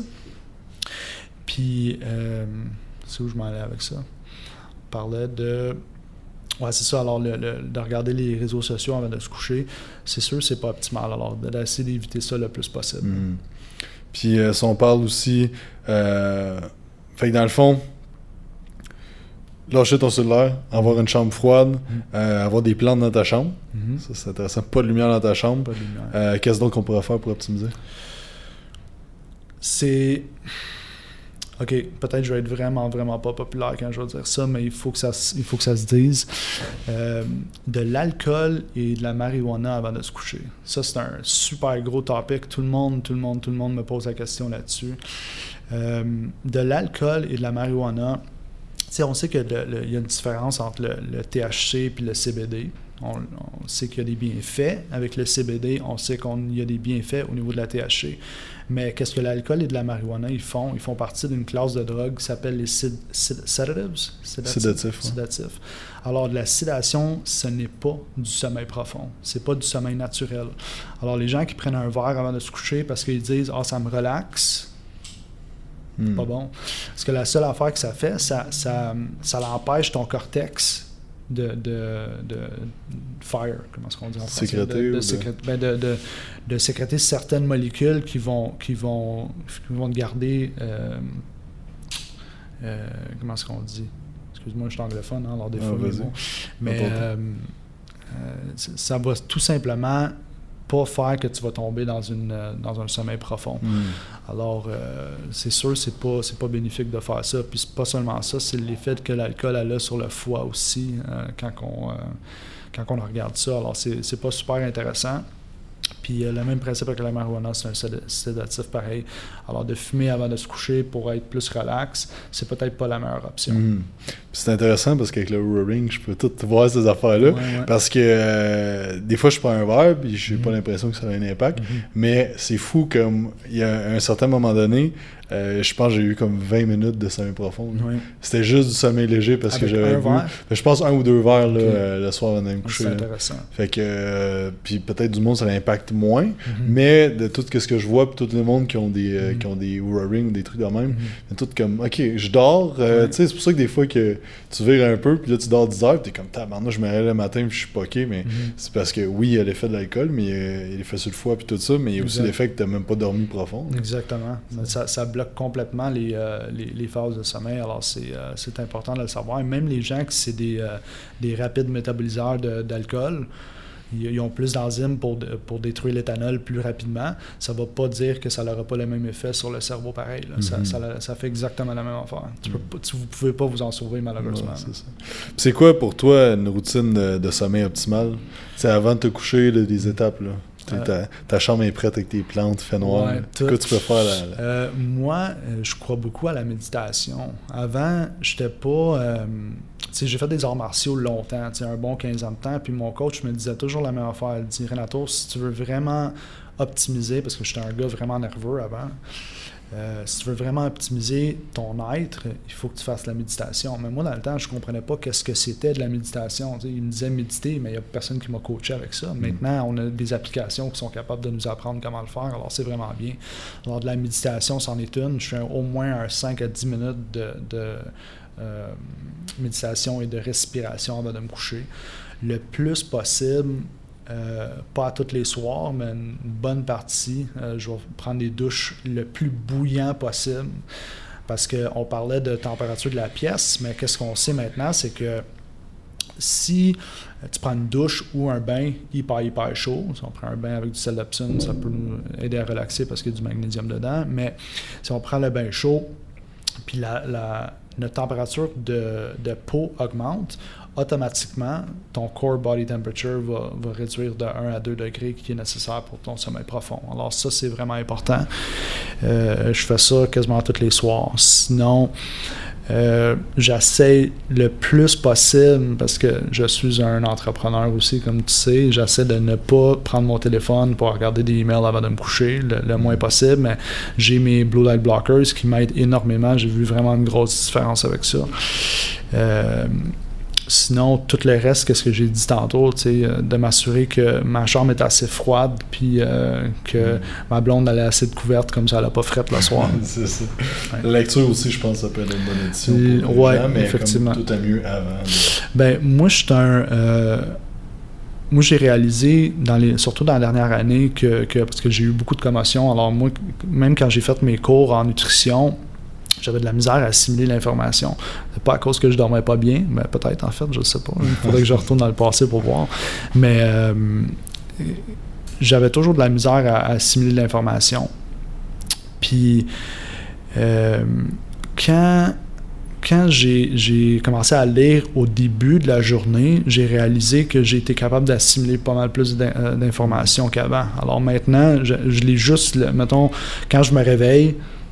S2: Puis, euh, c'est où je m'en allais avec ça? On parlait de... Ouais, c'est ça. Alors, le, le, de regarder les réseaux sociaux avant de se coucher, c'est sûr, c'est pas optimal. Alors, d'essayer d'éviter ça le plus possible.
S1: Mm. Puis, euh, si on parle aussi... Euh, fait que dans le fond, lâcher ton cellulaire, avoir une chambre froide, mm. euh, avoir des plantes dans ta chambre. Mm-hmm. Ça, c'est intéressant. Pas de lumière dans ta chambre.
S2: Pas de lumière.
S1: Euh, qu'est-ce d'autre qu'on pourrait faire pour optimiser?
S2: C'est... OK, peut-être je vais être vraiment, vraiment pas populaire quand je vais dire ça, mais il faut que ça, il faut que ça se dise. Euh, de l'alcool et de la marijuana avant de se coucher. Ça, c'est un super gros topic. Tout le monde, tout le monde, tout le monde me pose la question là-dessus. Euh, de l'alcool et de la marijuana, tu sais, on sait qu'il y a une différence entre le, le T H C et le C B D. On, on sait qu'il y a des bienfaits. Avec le C B D, on sait qu'il y a des bienfaits au niveau de la T H C. Mais qu'est-ce que l'alcool et de la marijuana ils font? Ils font partie d'une classe de drogue qui s'appelle les sed- sed- sedatives.
S1: Sédatifs. Sédatifs, ouais.
S2: Sédatifs. Alors, de la sédation, ce n'est pas du sommeil profond. C'est pas du sommeil naturel. Alors, les gens qui prennent un verre avant de se coucher parce qu'ils disent « Ah, ça me relaxe »,
S1: Hmm.
S2: pas bon. Parce que la seule affaire que ça fait, ça, ça, ça l'empêche ton cortex de, de, de fire, comment est-ce qu'on dit en français?
S1: Sécréter
S2: de, de,
S1: ou de...
S2: sécré... ben de, de, de sécréter certaines molécules qui vont, qui vont, qui vont te garder... Euh, euh, comment est-ce qu'on dit? Excuse-moi, je suis anglophone, hein, alors des fois,
S1: ah,
S2: les mots. Mais euh, euh, ça va tout simplement pas faire que tu vas tomber dans, une, dans un sommeil profond.
S1: Mm.
S2: Alors, euh, c'est sûr, c'est pas, c'est pas bénéfique de faire ça. Puis c'est pas seulement ça, c'est l'effet que l'alcool a là sur le foie aussi, euh, quand, on, euh, quand on regarde ça. Alors, c'est, c'est pas super intéressant. Puis euh, le même principe avec la marijuana, c'est un sédatif pareil. Alors, de fumer avant de se coucher pour être plus relax, c'est peut-être pas la meilleure option.
S1: Mm. C'est intéressant parce qu'avec le Oura-Ring, je peux tout voir ces affaires-là.
S2: Ouais, ouais.
S1: Parce que euh, des fois, je prends un verre puis j'ai
S2: Mm-hmm.
S1: pas l'impression que ça a un impact.
S2: Mm-hmm.
S1: Mais c'est fou comme, il y a un certain moment donné, euh, je pense que j'ai eu comme vingt minutes de sommeil profond.
S2: Ouais.
S1: C'était juste du sommeil léger parce
S2: Avec
S1: que j'avais
S2: un
S1: vu.
S2: verre?
S1: Ben, je pense un ou deux verres là,
S2: Okay.
S1: euh, le soir avant de me coucher.
S2: C'est
S1: là.
S2: intéressant.
S1: Fait que, euh, puis peut-être du monde, ça l'impacte moins,
S2: Mm-hmm.
S1: mais de tout ce que je vois, puis tout le monde qui ont des, euh,
S2: Mm-hmm.
S1: qui ont des Oura-Ring ou des trucs de même,
S2: Mm-hmm.
S1: mais tout comme, ok, je dors, euh,
S2: Ouais.
S1: tu sais, c'est pour ça que des fois que tu vires un peu, puis là tu dors dix heures, puis t'es comme, tabarnak, je me réveille le matin, puis je suis poqué, mais
S2: Mm-hmm.
S1: c'est parce que oui, il y a l'effet de l'alcool, mais euh, il y a l'effet sur le foie, puis tout ça, mais il y a aussi
S2: Exact.
S1: l'effet que t'as même pas dormi profond.
S2: Exactement. Ça, ça bloque complètement les, euh, les, les phases de sommeil. Alors, c'est, euh, c'est important de le savoir. Et même les gens qui c'est des, euh, des rapides métaboliseurs de, d'alcool, ils, ils ont plus d'enzymes pour, pour détruire l'éthanol plus rapidement. Ça ne va pas dire que ça n'aura pas le même effet sur le cerveau pareil. Là.
S1: Mm-hmm.
S2: ça, ça, ça fait exactement la même affaire. Tu peux pas, tu, vous ne pouvez pas vous en sauver, malheureusement.
S1: Ouais, c'est ça. Puis c'est quoi pour toi une routine de, de sommeil optimale? C'est avant de te coucher, là, des étapes, là. Euh, ta, ta chambre est prête avec tes plantes, fait noir.
S2: Ouais,
S1: C'est quoi tu peux faire là? là?
S2: Euh, moi, euh, je crois beaucoup à la méditation. Avant, j'étais pas... Euh, tu sais, j'ai fait des arts martiaux longtemps, tu sais, un bon quinze ans de temps, puis mon coach me disait toujours la même affaire. Il dit, Renato, si tu veux vraiment optimiser, parce que j'étais un gars vraiment nerveux avant, Euh, si tu veux vraiment optimiser ton être, il faut que tu fasses la méditation. Mais moi, dans le temps, je ne comprenais pas qu'est-ce que c'était de la méditation. Tu sais, il me disait méditer, mais il n'y a personne qui m'a coaché avec ça. Maintenant, on a des applications qui sont capables de nous apprendre comment le faire, alors c'est vraiment bien. Alors, de la méditation, c'en est une. Je fais au moins un cinq à dix minutes de, de euh, méditation et de respiration avant de me coucher. Le plus possible, Euh, pas à tous les soirs, mais une bonne partie. Euh, je vais prendre des douches le plus bouillant possible parce qu'on parlait de température de la pièce, mais qu'est-ce qu'on sait maintenant, c'est que si tu prends une douche ou un bain hyper, hyper chaud, si on prend un bain avec du sel d'Epsom, ça peut nous aider à relaxer parce qu'il y a du magnésium dedans, mais si on prend le bain chaud, puis la, la, notre température de, de peau augmente, automatiquement, ton core body temperature va, va réduire de un à deux degrés qui est nécessaire pour ton sommeil profond. Alors ça, c'est vraiment important. Euh, je fais ça quasiment tous les soirs. Sinon, euh, j'essaie le plus possible, parce que je suis un entrepreneur aussi, comme tu sais, j'essaie de ne pas prendre mon téléphone pour regarder des emails avant de me coucher, le, le moins possible, mais j'ai mes Blue Light Blockers qui m'aident énormément. J'ai vu vraiment une grosse différence avec ça. Euh, Sinon, tout le reste, qu'est-ce que j'ai dit tantôt, euh, de m'assurer que ma chambre est assez froide, puis euh, que mm. ma blonde elle est assez de couverte, comme ça elle n'a pas frette le soir.
S1: C'est ça. Ouais. La lecture aussi, je pense que ça peut être une bonne édition pour
S2: ouais,
S1: les gens, mais
S2: effectivement.
S1: Comme tout à mieux avant. De...
S2: Ben, moi, je suis un... Euh, moi, j'ai réalisé, dans les, surtout dans la dernière année, que, que parce que j'ai eu beaucoup de commotions, alors moi, même quand j'ai fait mes cours en nutrition, j'avais de la misère à assimiler l'information. C'est pas à cause que je dormais pas bien, mais peut-être en fait, je sais pas. Il faudrait que je retourne dans le passé pour voir. Mais euh, j'avais toujours de la misère à, à assimiler l'information. Puis euh, quand, quand j'ai, j'ai commencé à lire au début de la journée, j'ai réalisé que j'ai été capable d'assimiler pas mal plus d'informations qu'avant. Alors maintenant, je, je lis juste, mettons, quand je me réveille,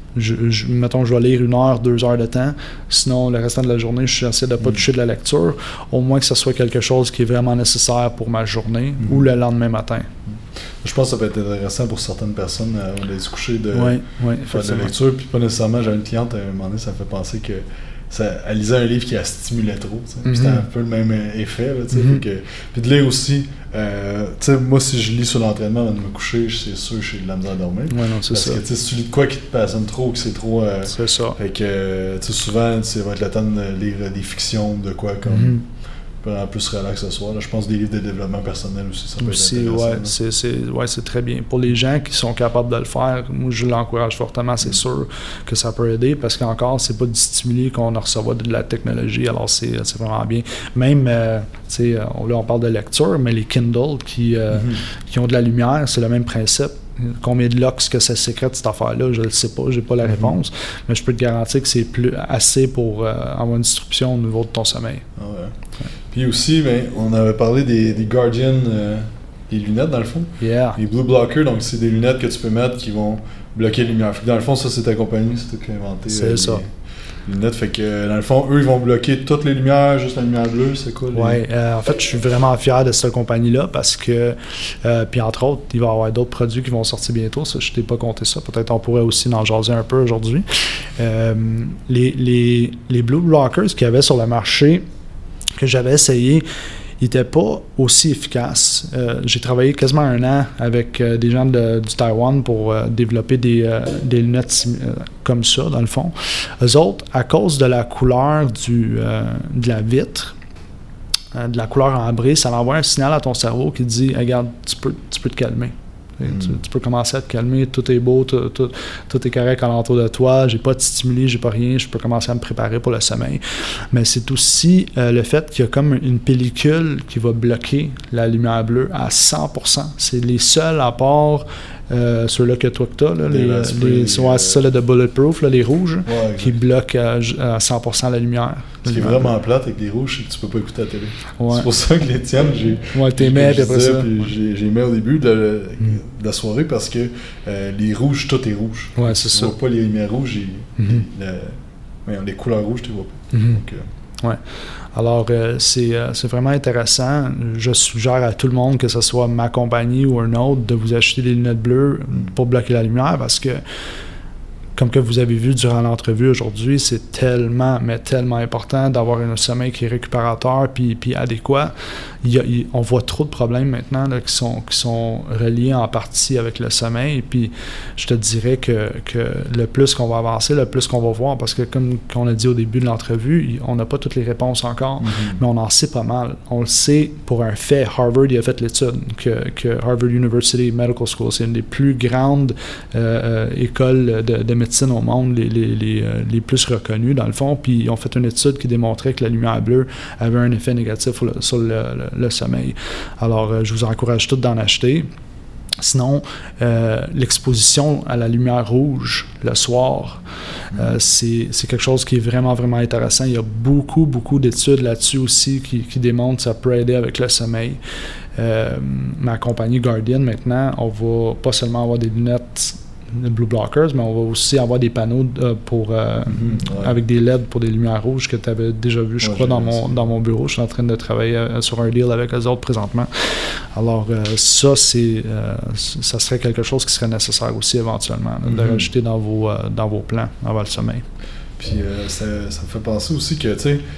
S2: je, je, mettons, je vais lire une heure, deux heures de temps. Sinon, le restant de la journée, je essaie de ne pas mm. toucher de la lecture. Au moins que ce soit quelque chose qui est vraiment nécessaire pour ma journée mm. ou le lendemain matin. Mm.
S1: Je pense que ça peut être intéressant pour certaines personnes avant d'aller se coucher de
S2: oui, oui,
S1: faire de la lecture. Puis pas nécessairement, j'avais une cliente à un moment donné, ça me fait penser que ça, elle lisait un livre qui la stimulait trop. Mm-hmm. C'était un peu le même effet. Là, mm-hmm. que, puis de lire aussi, euh, moi si je lis sur l'entraînement avant de me coucher, c'est sûr que j'ai de la misère à dormir.
S2: Ouais, non, c'est
S1: parce
S2: ça.
S1: que si tu lis de quoi qui te passionne trop, que c'est trop... Euh,
S2: c'est ça.
S1: Fait que souvent, ça va être le temps de lire des fictions, de quoi comme... Mm-hmm. En plus relax ce soir. Là. Je pense que des livres de développement personnel aussi, ça peut
S2: aussi,
S1: être intéressant.
S2: Ouais, c'est, c'est, ouais, c'est très bien. Pour les gens qui sont capables de le faire, moi je l'encourage fortement, c'est mm. sûr que ça peut aider parce qu'encore, c'est pas du stimuli qu'on a recevoir de la technologie, alors c'est, c'est vraiment bien. Même, euh, tu sais, là on parle de lecture, mais les Kindle qui, euh, mm-hmm. qui ont de la lumière, c'est le même principe. Combien de lux que ça sécrète cette affaire-là, je ne le sais pas, j'ai pas la mm-hmm. réponse, mais je peux te garantir que c'est plus assez pour euh, avoir une disruption au niveau de ton sommeil.
S1: Ah ouais. Ouais. Puis aussi, ben, on avait parlé des, des Guardian, euh, des lunettes dans le fond.
S2: Yeah.
S1: Les Blue Blocker, donc c'est des lunettes que tu peux mettre qui vont bloquer la lumière. Fait que dans le fond, ça c'est ta compagnie, c'est toi qui as inventé.
S2: C'est
S1: euh,
S2: ça.
S1: Les lunettes, fait que dans le fond, eux ils vont bloquer toutes les lumières, juste la lumière bleue, c'est quoi? Les...
S2: Oui, euh, en fait, je suis vraiment fier de cette compagnie-là parce que, euh, puis entre autres, il va y avoir d'autres produits qui vont sortir bientôt. Ça, je t'ai pas compté ça. Peut-être on pourrait aussi en jaser un peu aujourd'hui. Euh, les, les, les Blue Blockers qu'il y avait sur le marché, que j'avais essayé, il n'était pas aussi efficace. Euh, j'ai travaillé quasiment un an avec euh, des gens de, du Taïwan pour euh, développer des, euh, des lunettes euh, comme ça, dans le fond. Eux autres, à cause de la couleur du, euh, de la vitre, euh, de la couleur ambrée, ça envoie un signal à ton cerveau qui te dit « Regarde, tu peux, tu peux te calmer. » Mm. Tu, tu peux commencer à te calmer, tout est beau, tout, tout, tout est correct alentour de toi, j'ai pas de stimuli, j'ai pas rien, je peux commencer à me préparer pour le sommeil. Mais c'est aussi euh, le fait qu'il y a comme une pellicule qui va bloquer la lumière bleue à cent pour cent. C'est les seuls apports Euh, ceux-là que toi que t'as, là, les, les, les, ouais, c'est ça, là, de Bulletproof, là, les rouges,
S1: ouais,
S2: qui bloquent à, à cent pour cent la lumière.
S1: Ce qui est vraiment plate avec les rouges, c'est que tu peux pas écouter la télé.
S2: Ouais.
S1: C'est pour ça que les tiennes, j'ai,
S2: ouais, t'aimais,
S1: j'ai,
S2: après ça.
S1: Puis j'ai, j'ai aimé au début de, de, de la soirée parce que euh, les rouges, tout est rouge.
S2: Ouais, c'est
S1: tu
S2: ça.
S1: vois pas les lumières rouges, et, mm-hmm. le, mais les couleurs rouges, tu vois pas.
S2: Mm-hmm.
S1: Donc, euh,
S2: ouais. Alors, euh, c'est, euh, c'est vraiment intéressant. Je suggère à tout le monde, que ce soit ma compagnie ou un autre, de vous acheter des lunettes bleues pour bloquer la lumière parce que, comme que vous avez vu durant l'entrevue aujourd'hui, c'est tellement, mais tellement important d'avoir un sommeil qui est récupérateur puis, puis adéquat. Il y a, il, on voit trop de problèmes maintenant là, qui, sont, qui sont reliés en partie avec le sommeil. Puis je te dirais que, que le plus qu'on va avancer, le plus qu'on va voir, parce que comme on a dit au début de l'entrevue, on n'a pas toutes les réponses encore, mm-hmm. mais on en sait pas mal. On le sait pour un fait. Harvard il a fait l'étude que, que Harvard University Medical School, c'est une des plus grandes euh, euh, écoles de, de médecine au monde, les, les, les, euh, les plus reconnues dans le fond. Puis ils ont fait une étude qui démontrait que la lumière bleue avait un effet négatif sur le, sur le, le le sommeil. Alors, euh, je vous encourage tous d'en acheter. Sinon, euh, l'exposition à la lumière rouge le soir, euh, c'est, c'est quelque chose qui est vraiment, vraiment intéressant. Il y a beaucoup, beaucoup d'études là-dessus aussi qui, qui démontrent que ça peut aider avec le sommeil. Euh, ma compagnie Guardian, maintenant, on va pas seulement avoir des lunettes Blue Blockers, mais on va aussi avoir des panneaux euh, pour, euh, mm-hmm, ouais. avec des L E D pour des lumières rouges que tu avais déjà vu, je ouais, crois, dans mon, dans mon bureau. Je suis en train de travailler euh, sur un deal avec eux autres présentement. Alors, euh, ça, c'est, euh, ça serait quelque chose qui serait nécessaire aussi éventuellement, là, mm-hmm. de rajouter dans vos, euh, dans vos plans avant le sommeil.
S1: Puis, euh, ça, ça me fait penser aussi que, tu sais,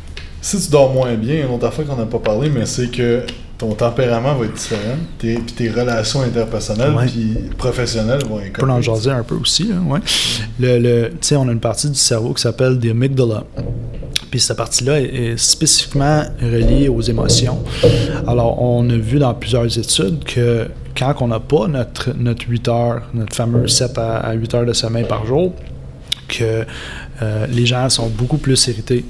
S1: si tu dors moins bien, une autre affaire qu'on n'a pas parlé, mais c'est que ton tempérament va être différent, tes, puis tes relations interpersonnelles
S2: ouais.
S1: puis professionnelles vont être comme
S2: on peut en jaser un peu aussi, hein, ouais. Le, le, tu sais, on a une partie du cerveau qui s'appelle the amygdala. Puis cette partie-là est, est spécifiquement reliée aux émotions. Alors, on a vu dans plusieurs études que quand on n'a pas notre, notre huit heures, notre fameux sept à huit heures de sommeil par jour, que euh, les gens sont beaucoup plus irrités,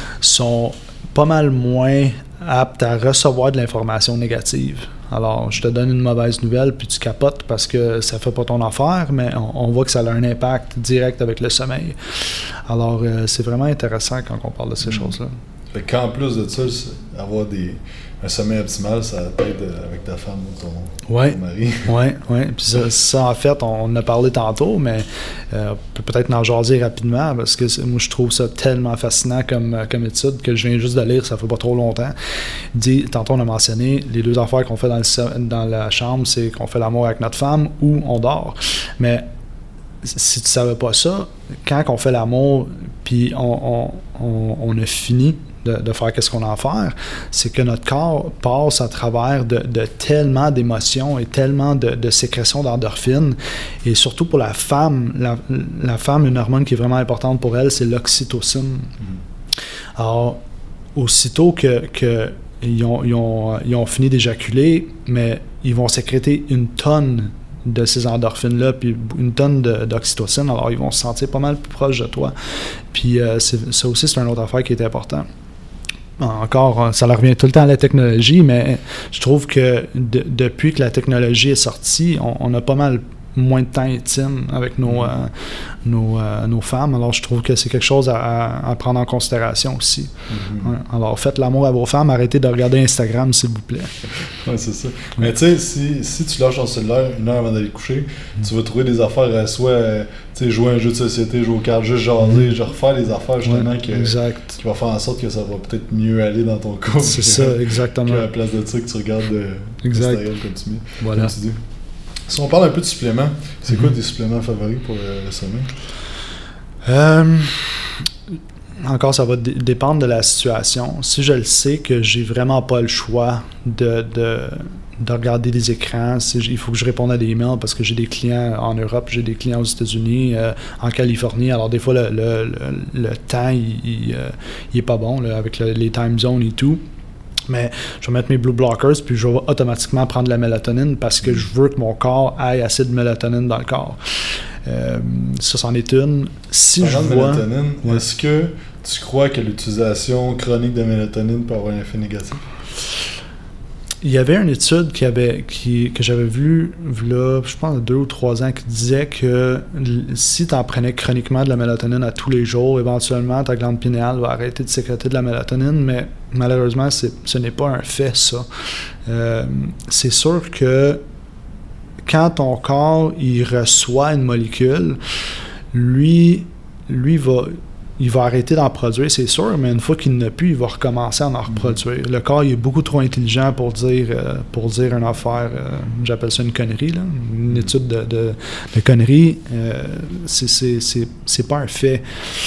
S2: sont pas mal moins aptes à recevoir de l'information négative. Alors, je te donne une mauvaise nouvelle, puis tu capotes parce que ça fait pas ton affaire, mais on, on voit que ça a un impact direct avec le sommeil. Alors, euh, c'est vraiment intéressant quand on parle de ces mmh. choses-là.
S1: Fait qu'en plus de ça, avoir des, un sommeil optimal, ça t'aide avec ta femme ou ton,
S2: ouais.
S1: ton mari.
S2: Oui, oui. Puis ça, ça, en fait, on en a parlé tantôt, mais euh, on peut peut-être en jaser rapidement parce que moi, je trouve ça tellement fascinant comme, comme étude que je viens juste de lire, ça fait pas trop longtemps. Il dit, tantôt, on a mentionné, les deux affaires qu'on fait dans, le, dans la chambre, c'est qu'on fait l'amour avec notre femme ou on dort. Mais si tu savais pas ça, quand on fait l'amour, puis on, on, on, on a fini de, de faire qu'est-ce qu'on a à faire, c'est que notre corps passe à travers de, de tellement d'émotions et tellement de, de sécrétions d'endorphines. Et surtout pour la femme, la, la femme, une hormone qui est vraiment importante pour elle, c'est l'oxytocine. Mm-hmm. Alors, aussitôt que, que ils, ont, ils, ont, ils ont fini d'éjaculer, mais ils vont sécréter une tonne de ces endorphines-là, puis une tonne de, d'oxytocine, alors ils vont se sentir pas mal plus proches de toi. Puis euh, c'est, ça aussi, c'est une autre affaire qui est importante. Encore, ça leur revient tout le temps à la technologie, mais je trouve que de, depuis que la technologie est sortie, on, on a pas mal moins de temps intime avec nos, euh, nos, euh, nos femmes. Alors, je trouve que c'est quelque chose à, à prendre en considération aussi. Mm-hmm. Ouais. Alors, faites l'amour à vos femmes, arrêtez de regarder Instagram, s'il vous plaît.
S1: Oui, c'est ça. Mais tu sais, si, si tu lâches ton cellulaire une heure avant d'aller coucher, mm-hmm. tu vas trouver des affaires à soit euh, jouer à un jeu de société, jouer aux cartes, juste jaser, mm-hmm. genre faire des affaires justement ouais, que, exact. Qui vont faire en sorte que ça va peut-être mieux aller dans ton couple.
S2: C'est ça, exactement.
S1: Qu'à la place de ça, que tu regardes euh, Instagram comme tu, mets,
S2: voilà.
S1: comme tu dis. Si on parle un peu de suppléments, c'est mm-hmm. quoi tes suppléments favoris pour euh, le sommeil?
S2: Euh, encore, ça va d- dépendre de la situation. Si je le sais que j'ai vraiment pas le choix de, de, de regarder des écrans, si il faut que je réponde à des emails parce que j'ai des clients en Europe, j'ai des clients aux États-Unis, euh, en Californie. Alors, des fois, le, le, le, le temps, il, il, euh, il est pas bon là, avec le, les time zones et tout. Mais je vais mettre mes blue blockers puis je vais automatiquement prendre la mélatonine parce que je veux que mon corps ait assez de mélatonine dans le corps. Euh, ça, c'en est une. Si
S1: Parlant
S2: je
S1: de
S2: vois...
S1: mélatonine,
S2: ouais.
S1: Est-ce que tu crois que l'utilisation chronique de mélatonine peut avoir un effet négatif?
S2: Il y avait une étude qui avait, qui, que j'avais vue, là, je pense, deux ou trois ans, qui disait que si tu en prenais chroniquement de la mélatonine à tous les jours, éventuellement, ta glande pinéale va arrêter de sécréter de la mélatonine, mais malheureusement, c'est, ce n'est pas un fait, ça. Euh, c'est sûr que quand ton corps il reçoit une molécule, lui, lui va... il va arrêter d'en produire, c'est sûr, mais une fois qu'il n'a plus, il va recommencer à en reproduire. Mm-hmm. Le corps, il est beaucoup trop intelligent pour dire, euh, pour dire une affaire, euh, j'appelle ça une connerie, là, une étude de, de, de connerie. Euh, c'est, c'est, c'est, c'est pas un fait.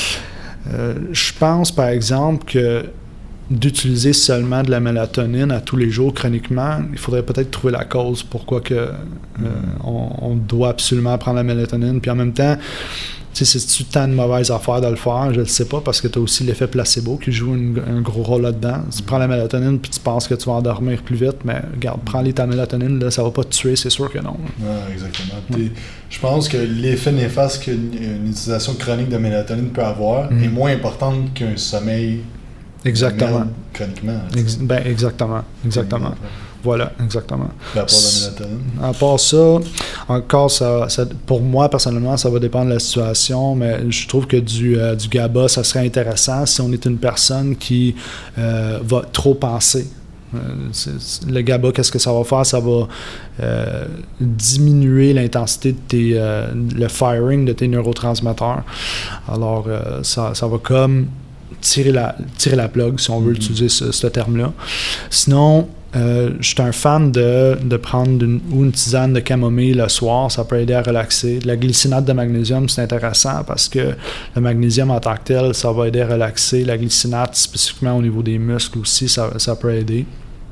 S2: Euh, je pense, par exemple, que d'utiliser seulement de la mélatonine à tous les jours chroniquement, il faudrait peut-être trouver la cause pourquoi que, euh, on, on doit absolument prendre la mélatonine. Puis en même temps, tu sais, c'est-tu tant de mauvaise affaire de le faire? Je ne sais pas, parce que tu as aussi l'effet placebo qui joue une, un gros rôle là-dedans. Tu prends la mélatonine puis tu penses que tu vas endormir plus vite, mais regarde, prends-les ta mélatonine, là, ça va pas te tuer, c'est sûr que non.
S1: Oui, exactement. Ouais. Je pense que l'effet néfaste qu'une une utilisation chronique de mélatonine peut avoir mm. est moins importante qu'un sommeil
S2: exactement.
S1: Chroniquement.
S2: Ex- ben, exactement, exactement. Ouais. Voilà, exactement.
S1: À part la mélatonine.
S2: À part ça, encore, ça, ça, pour moi, personnellement, ça va dépendre de la situation, mais je trouve que du, euh, du GABA, ça serait intéressant si on est une personne qui euh, va trop penser. Euh, c'est, c'est, le GABA, qu'est-ce que ça va faire? Ça va euh, diminuer l'intensité de tes... Euh, le firing de tes neurotransmetteurs. Alors, euh, ça, ça va comme tirer la, tirer la plug, si on veut mm-hmm. utiliser ce, ce terme-là. Sinon... Euh, je suis un fan de, de prendre une, ou une tisane de camomille le soir, ça peut aider à relaxer. La glycinate de magnésium, c'est intéressant parce que le magnésium en tant que tel, ça va aider à relaxer. La glycinate, spécifiquement au niveau des muscles aussi, ça, ça peut aider.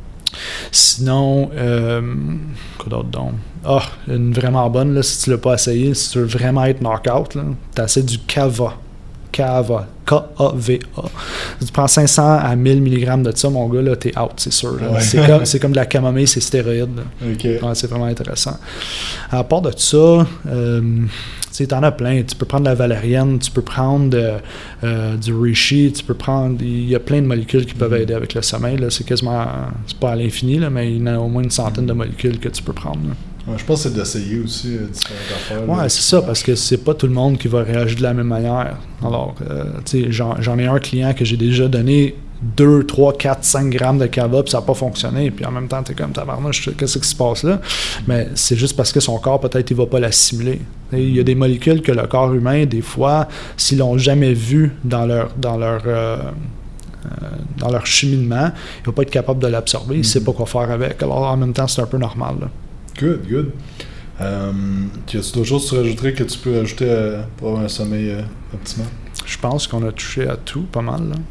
S2: Sinon, euh, quoi d'autre donc? Ah, oh, une vraiment bonne, là, si tu ne l'as pas essayé, si tu veux vraiment être knockout, tu essaies du Kava. Kava. K A V A. Tu prends cinq cents à mille milligrammes de ça, mon gars, là, t'es out, c'est sûr. Ouais. C'est, comme, c'est comme de la camomille, c'est stéroïde.
S1: Okay.
S2: Ouais, c'est vraiment intéressant. À part de ça, euh, tu en as plein. Tu peux prendre de la valériane, tu peux prendre de, euh, du reishi, tu peux prendre... Il y a plein de molécules qui peuvent aider avec le sommeil. Là. C'est quasiment... C'est pas à l'infini, là, mais il y en a au moins une centaine de molécules que tu peux prendre.
S1: Ouais, je pense que c'est d'essayer aussi euh, différentes affaires.
S2: Ouais,
S1: là,
S2: c'est ça, parce que c'est pas tout le monde qui va réagir de la même manière. Alors, euh, tu sais, j'en, j'en ai un client que j'ai déjà donné deux, trois, quatre, cinq grammes de cava, puis ça n'a pas fonctionné, puis en même temps, tu es comme tabarnouche, qu'est-ce qui se passe là? Mais c'est juste parce que son corps, peut-être, il ne va pas l'assimiler. Il y a des molécules que le corps humain, des fois, s'ils l'ont jamais vu dans leur, dans leur, euh, euh, dans leur cheminement, il ne va pas être capable de l'absorber, il ne mm-hmm. sait pas quoi faire avec. Alors, en même temps, c'est un peu normal. Là.
S1: Good, good. Um, y a-t-il d'autres choses que tu rajouterais que tu peux rajouter à, pour avoir un sommeil euh, optimal?
S2: Je pense qu'on a touché à tout, pas mal. Là.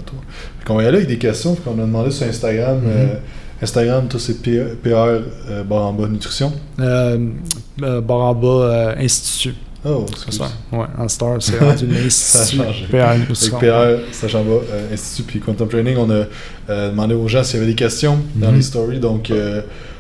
S1: On va y aller avec des questions qu'on a demandé sur Instagram. Mm-hmm. Euh, Instagram, toi, c'est P R euh, barre en bas nutrition.
S2: Euh, euh, barre en bas euh, institut.
S1: Oh,
S2: c'est ça. Ouais, en Star, c'est rendu l'Institut.
S1: P R nutrition. Avec P R, slash en bas, euh, Institut, puis Quantum Training, on a euh, demandé aux gens s'il y avait des questions dans mm-hmm. les stories. Donc, euh,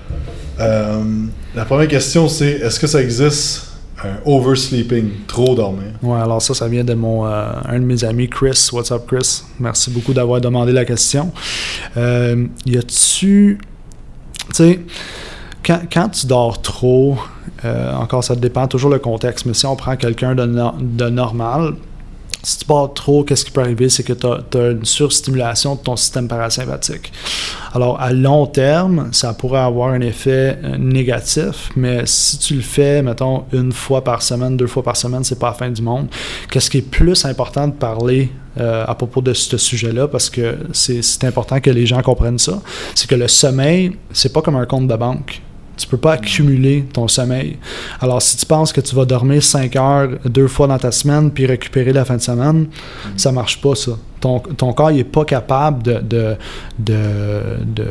S1: euh, la première question, c'est est-ce que ça existe un oversleeping, trop dormir?
S2: Ouais, alors ça, ça vient de mon euh, un de mes amis, Chris. What's up, Chris? Merci beaucoup d'avoir demandé la question. Euh, y a-tu... Tu sais, quand, quand tu dors trop, euh, encore, ça dépend toujours le contexte, mais si on prend quelqu'un de, no- de normal, si tu dors trop, qu'est-ce qui peut arriver? C'est que tu as une surstimulation de ton système parasympathique. Alors, à long terme, ça pourrait avoir un effet euh, négatif, mais si tu le fais, mettons, une fois par semaine, deux fois par semaine, c'est pas la fin du monde. Qu'est-ce qui est plus important de parler euh, à propos de ce sujet-là, parce que c'est, c'est important que les gens comprennent ça, c'est que le sommeil, c'est pas comme un compte de banque. Tu peux pas accumuler ton sommeil. Alors, si tu penses que tu vas dormir cinq heures deux fois dans ta semaine puis récupérer la fin de semaine, mm. ça marche pas, ça. Ton, ton corps, il est pas capable de, de, de, de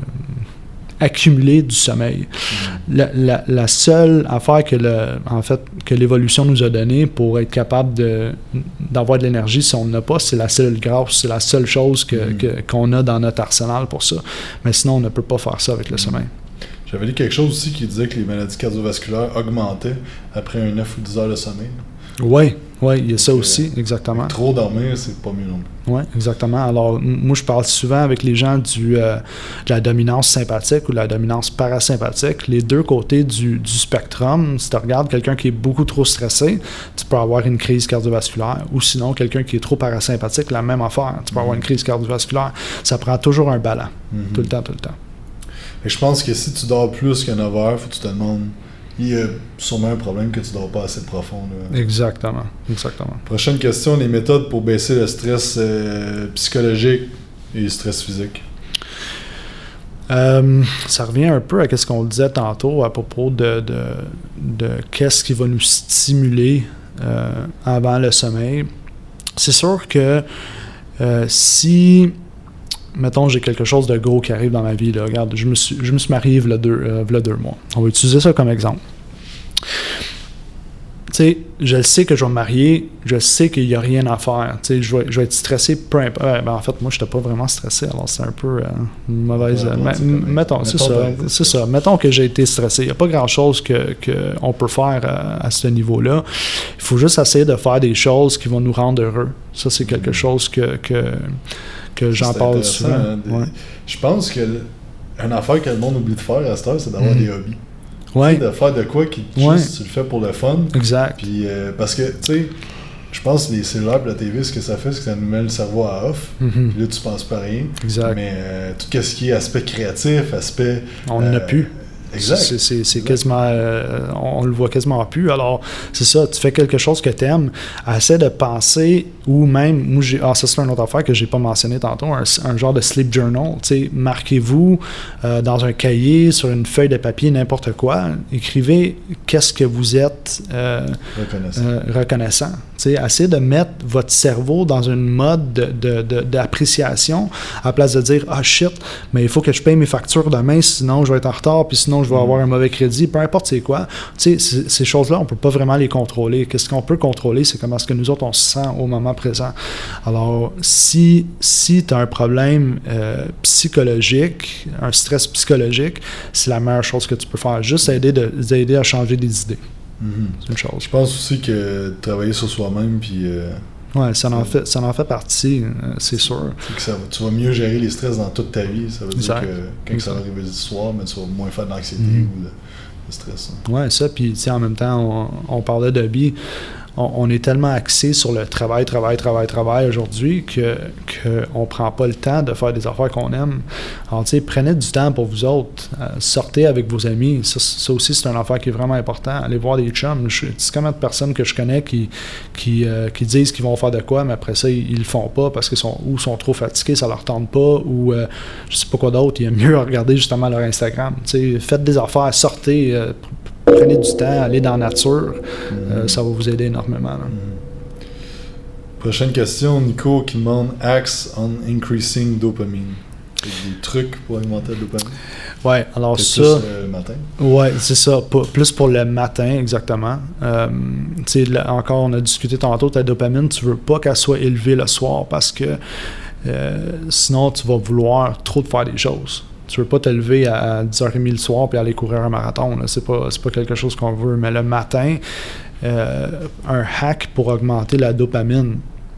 S2: accumuler du sommeil. Mm. La, la, la seule affaire que, le, en fait, que l'évolution nous a donnée pour être capable de, d'avoir de l'énergie, si on n'en a pas, c'est la cellule grasse. C'est la seule chose que, mm. que, qu'on a dans notre arsenal pour ça. Mais sinon, on ne peut pas faire ça avec le sommeil.
S1: J'avais lu quelque chose aussi qui disait que les maladies cardiovasculaires augmentaient après un neuf ou dix heures de sommeil.
S2: Oui, oui, il y a ça
S1: Donc,
S2: aussi,
S1: euh,
S2: exactement.
S1: Trop dormir, c'est pas mieux non plus.
S2: Oui, exactement. Alors, m- moi, je parle souvent avec les gens du, euh, de la dominance sympathique ou de la dominance parasympathique. Les deux côtés du, du spectrum, si tu regardes quelqu'un qui est beaucoup trop stressé, tu peux avoir une crise cardiovasculaire. Ou sinon, quelqu'un qui est trop parasympathique, la même affaire. Tu peux mm-hmm. avoir une crise cardiovasculaire. Ça prend toujours un ballon, mm-hmm. tout le temps, tout le temps.
S1: Et je pense que si tu dors plus que neuf heures, faut que tu te demandes, il y a sûrement un problème que tu dors pas assez profond. Là.
S2: Exactement, exactement.
S1: Prochaine question, les méthodes pour baisser le stress euh, psychologique et le stress physique.
S2: Euh, ça revient un peu à ce qu'on disait tantôt à propos de, de, de qu'est-ce qui va nous stimuler euh, avant le sommeil. C'est sûr que euh, si... Mettons, j'ai quelque chose de gros qui arrive dans ma vie. Là. Regarde, je me suis, je me suis marié il y a deux, euh, il y a deux mois. On va utiliser ça comme exemple. Tu sais, je sais que je vais me marier, je sais qu'il n'y a rien à faire. Tu sais, je vais, je vais être stressé, peu importe. Ouais, ben en fait, moi, je n'étais pas vraiment stressé, alors c'est un peu euh, une mauvaise... Ouais,
S1: euh,
S2: m- mettons, c'est ça, c'est ça. Mettons que j'ai été stressé. Il n'y a pas grand-chose que, que on peut faire à, à ce niveau-là. Il faut juste essayer de faire des choses qui vont nous rendre heureux. Ça, c'est quelque chose que... que que j'en parle souvent.
S1: Hein, des... ouais. Je pense que une affaire que le monde oublie de faire à cette heure, c'est d'avoir mm. des hobbies.
S2: Ouais.
S1: De faire de quoi qui
S2: ouais.
S1: juste tu le fais pour le fun.
S2: Exact.
S1: Puis euh, parce que, tu sais, je pense que les cellulaires et la T V, ce que ça fait, c'est que ça nous met le cerveau à off. Mm-hmm. Puis là, tu penses pas à rien.
S2: Exact.
S1: Mais euh, tout ce qui est aspect créatif, aspect...
S2: On n'en
S1: euh,
S2: a plus.
S1: Exact.
S2: C'est, c'est, c'est quasiment... Euh, on, on le voit quasiment plus. Alors, c'est ça, tu fais quelque chose que tu aimes, essaie de penser, ou même... Moi, j'ai, ah, ça, c'est une autre affaire que j'ai pas mentionné tantôt, un, un genre de sleep journal. Tu sais, marquez-vous euh, dans un cahier, sur une feuille de papier, n'importe quoi. Écrivez qu'est-ce que vous êtes euh,
S1: reconnaissant.
S2: Euh, reconnaissant. Tu sais, essayez de mettre votre cerveau dans une mode de, de, de, d'appréciation, à la place de dire « Ah, shit, mais il faut que je paye mes factures demain, sinon je vais être en retard, puis sinon je vais avoir un mauvais crédit, peu importe c'est quoi. » Tu sais, ces choses-là, on ne peut pas vraiment les contrôler. Qu'est-ce qu'on peut contrôler, c'est comment est-ce que nous autres, on se sent au moment présent. Alors, si, si tu as un problème euh, psychologique, un stress psychologique, c'est la meilleure chose que tu peux faire. Juste aider, de, aider à changer des idées. Mm-hmm. C'est une chose.
S1: Je pense aussi que travailler sur soi-même, puis... Euh,
S2: oui, ça, ça, ça en fait partie, euh, c'est sûr.
S1: C'est que ça, tu vas mieux gérer les stress dans toute ta vie. Ça veut
S2: exact.
S1: dire que quand exact. Ça va arriver le soir, mais tu vas moins faire de l'anxiété mm-hmm. ou de, de stress.
S2: Oui, ça, puis en même temps, on, on parlait de hobby. on, on est tellement axé sur le travail, travail, travail, travail aujourd'hui que qu'on ne prend pas le temps de faire des affaires qu'on aime. Alors, tu sais, prenez du temps pour vous autres. Euh, sortez avec vos amis. Ça, ça aussi, c'est une affaire qui est vraiment important. Allez voir des chums. Je, c'est combien de personnes que je connais qui, qui, euh, qui disent qu'ils vont faire de quoi, mais après ça, ils, ils le font pas parce qu'ils sont, ou sont trop fatigués, ça leur tente pas, ou euh, je sais pas quoi d'autre. Il y a mieux à regarder justement leur Instagram. Tu sais, faites des affaires, sortez, euh, prenez du temps, allez dans la nature. Mm-hmm. Euh, ça va vous aider énormément.
S1: Mm-hmm. Prochaine question, Nico qui demande « Acts on increasing dopamine ». Des trucs pour augmenter la dopamine?
S2: Ouais, alors
S1: peut-être
S2: ça...
S1: plus le matin?
S2: Ouais, c'est ça. P- plus pour le matin, exactement. Euh, tu sais, encore, on a discuté tantôt, ta dopamine, tu veux pas qu'elle soit élevée le soir parce que euh, sinon, tu vas vouloir trop de faire des choses. Tu veux pas te lever à dix heures trente le soir puis aller courir un marathon. Là. C'est pas, c'est pas quelque chose qu'on veut. Mais le matin, euh, un hack pour augmenter la dopamine,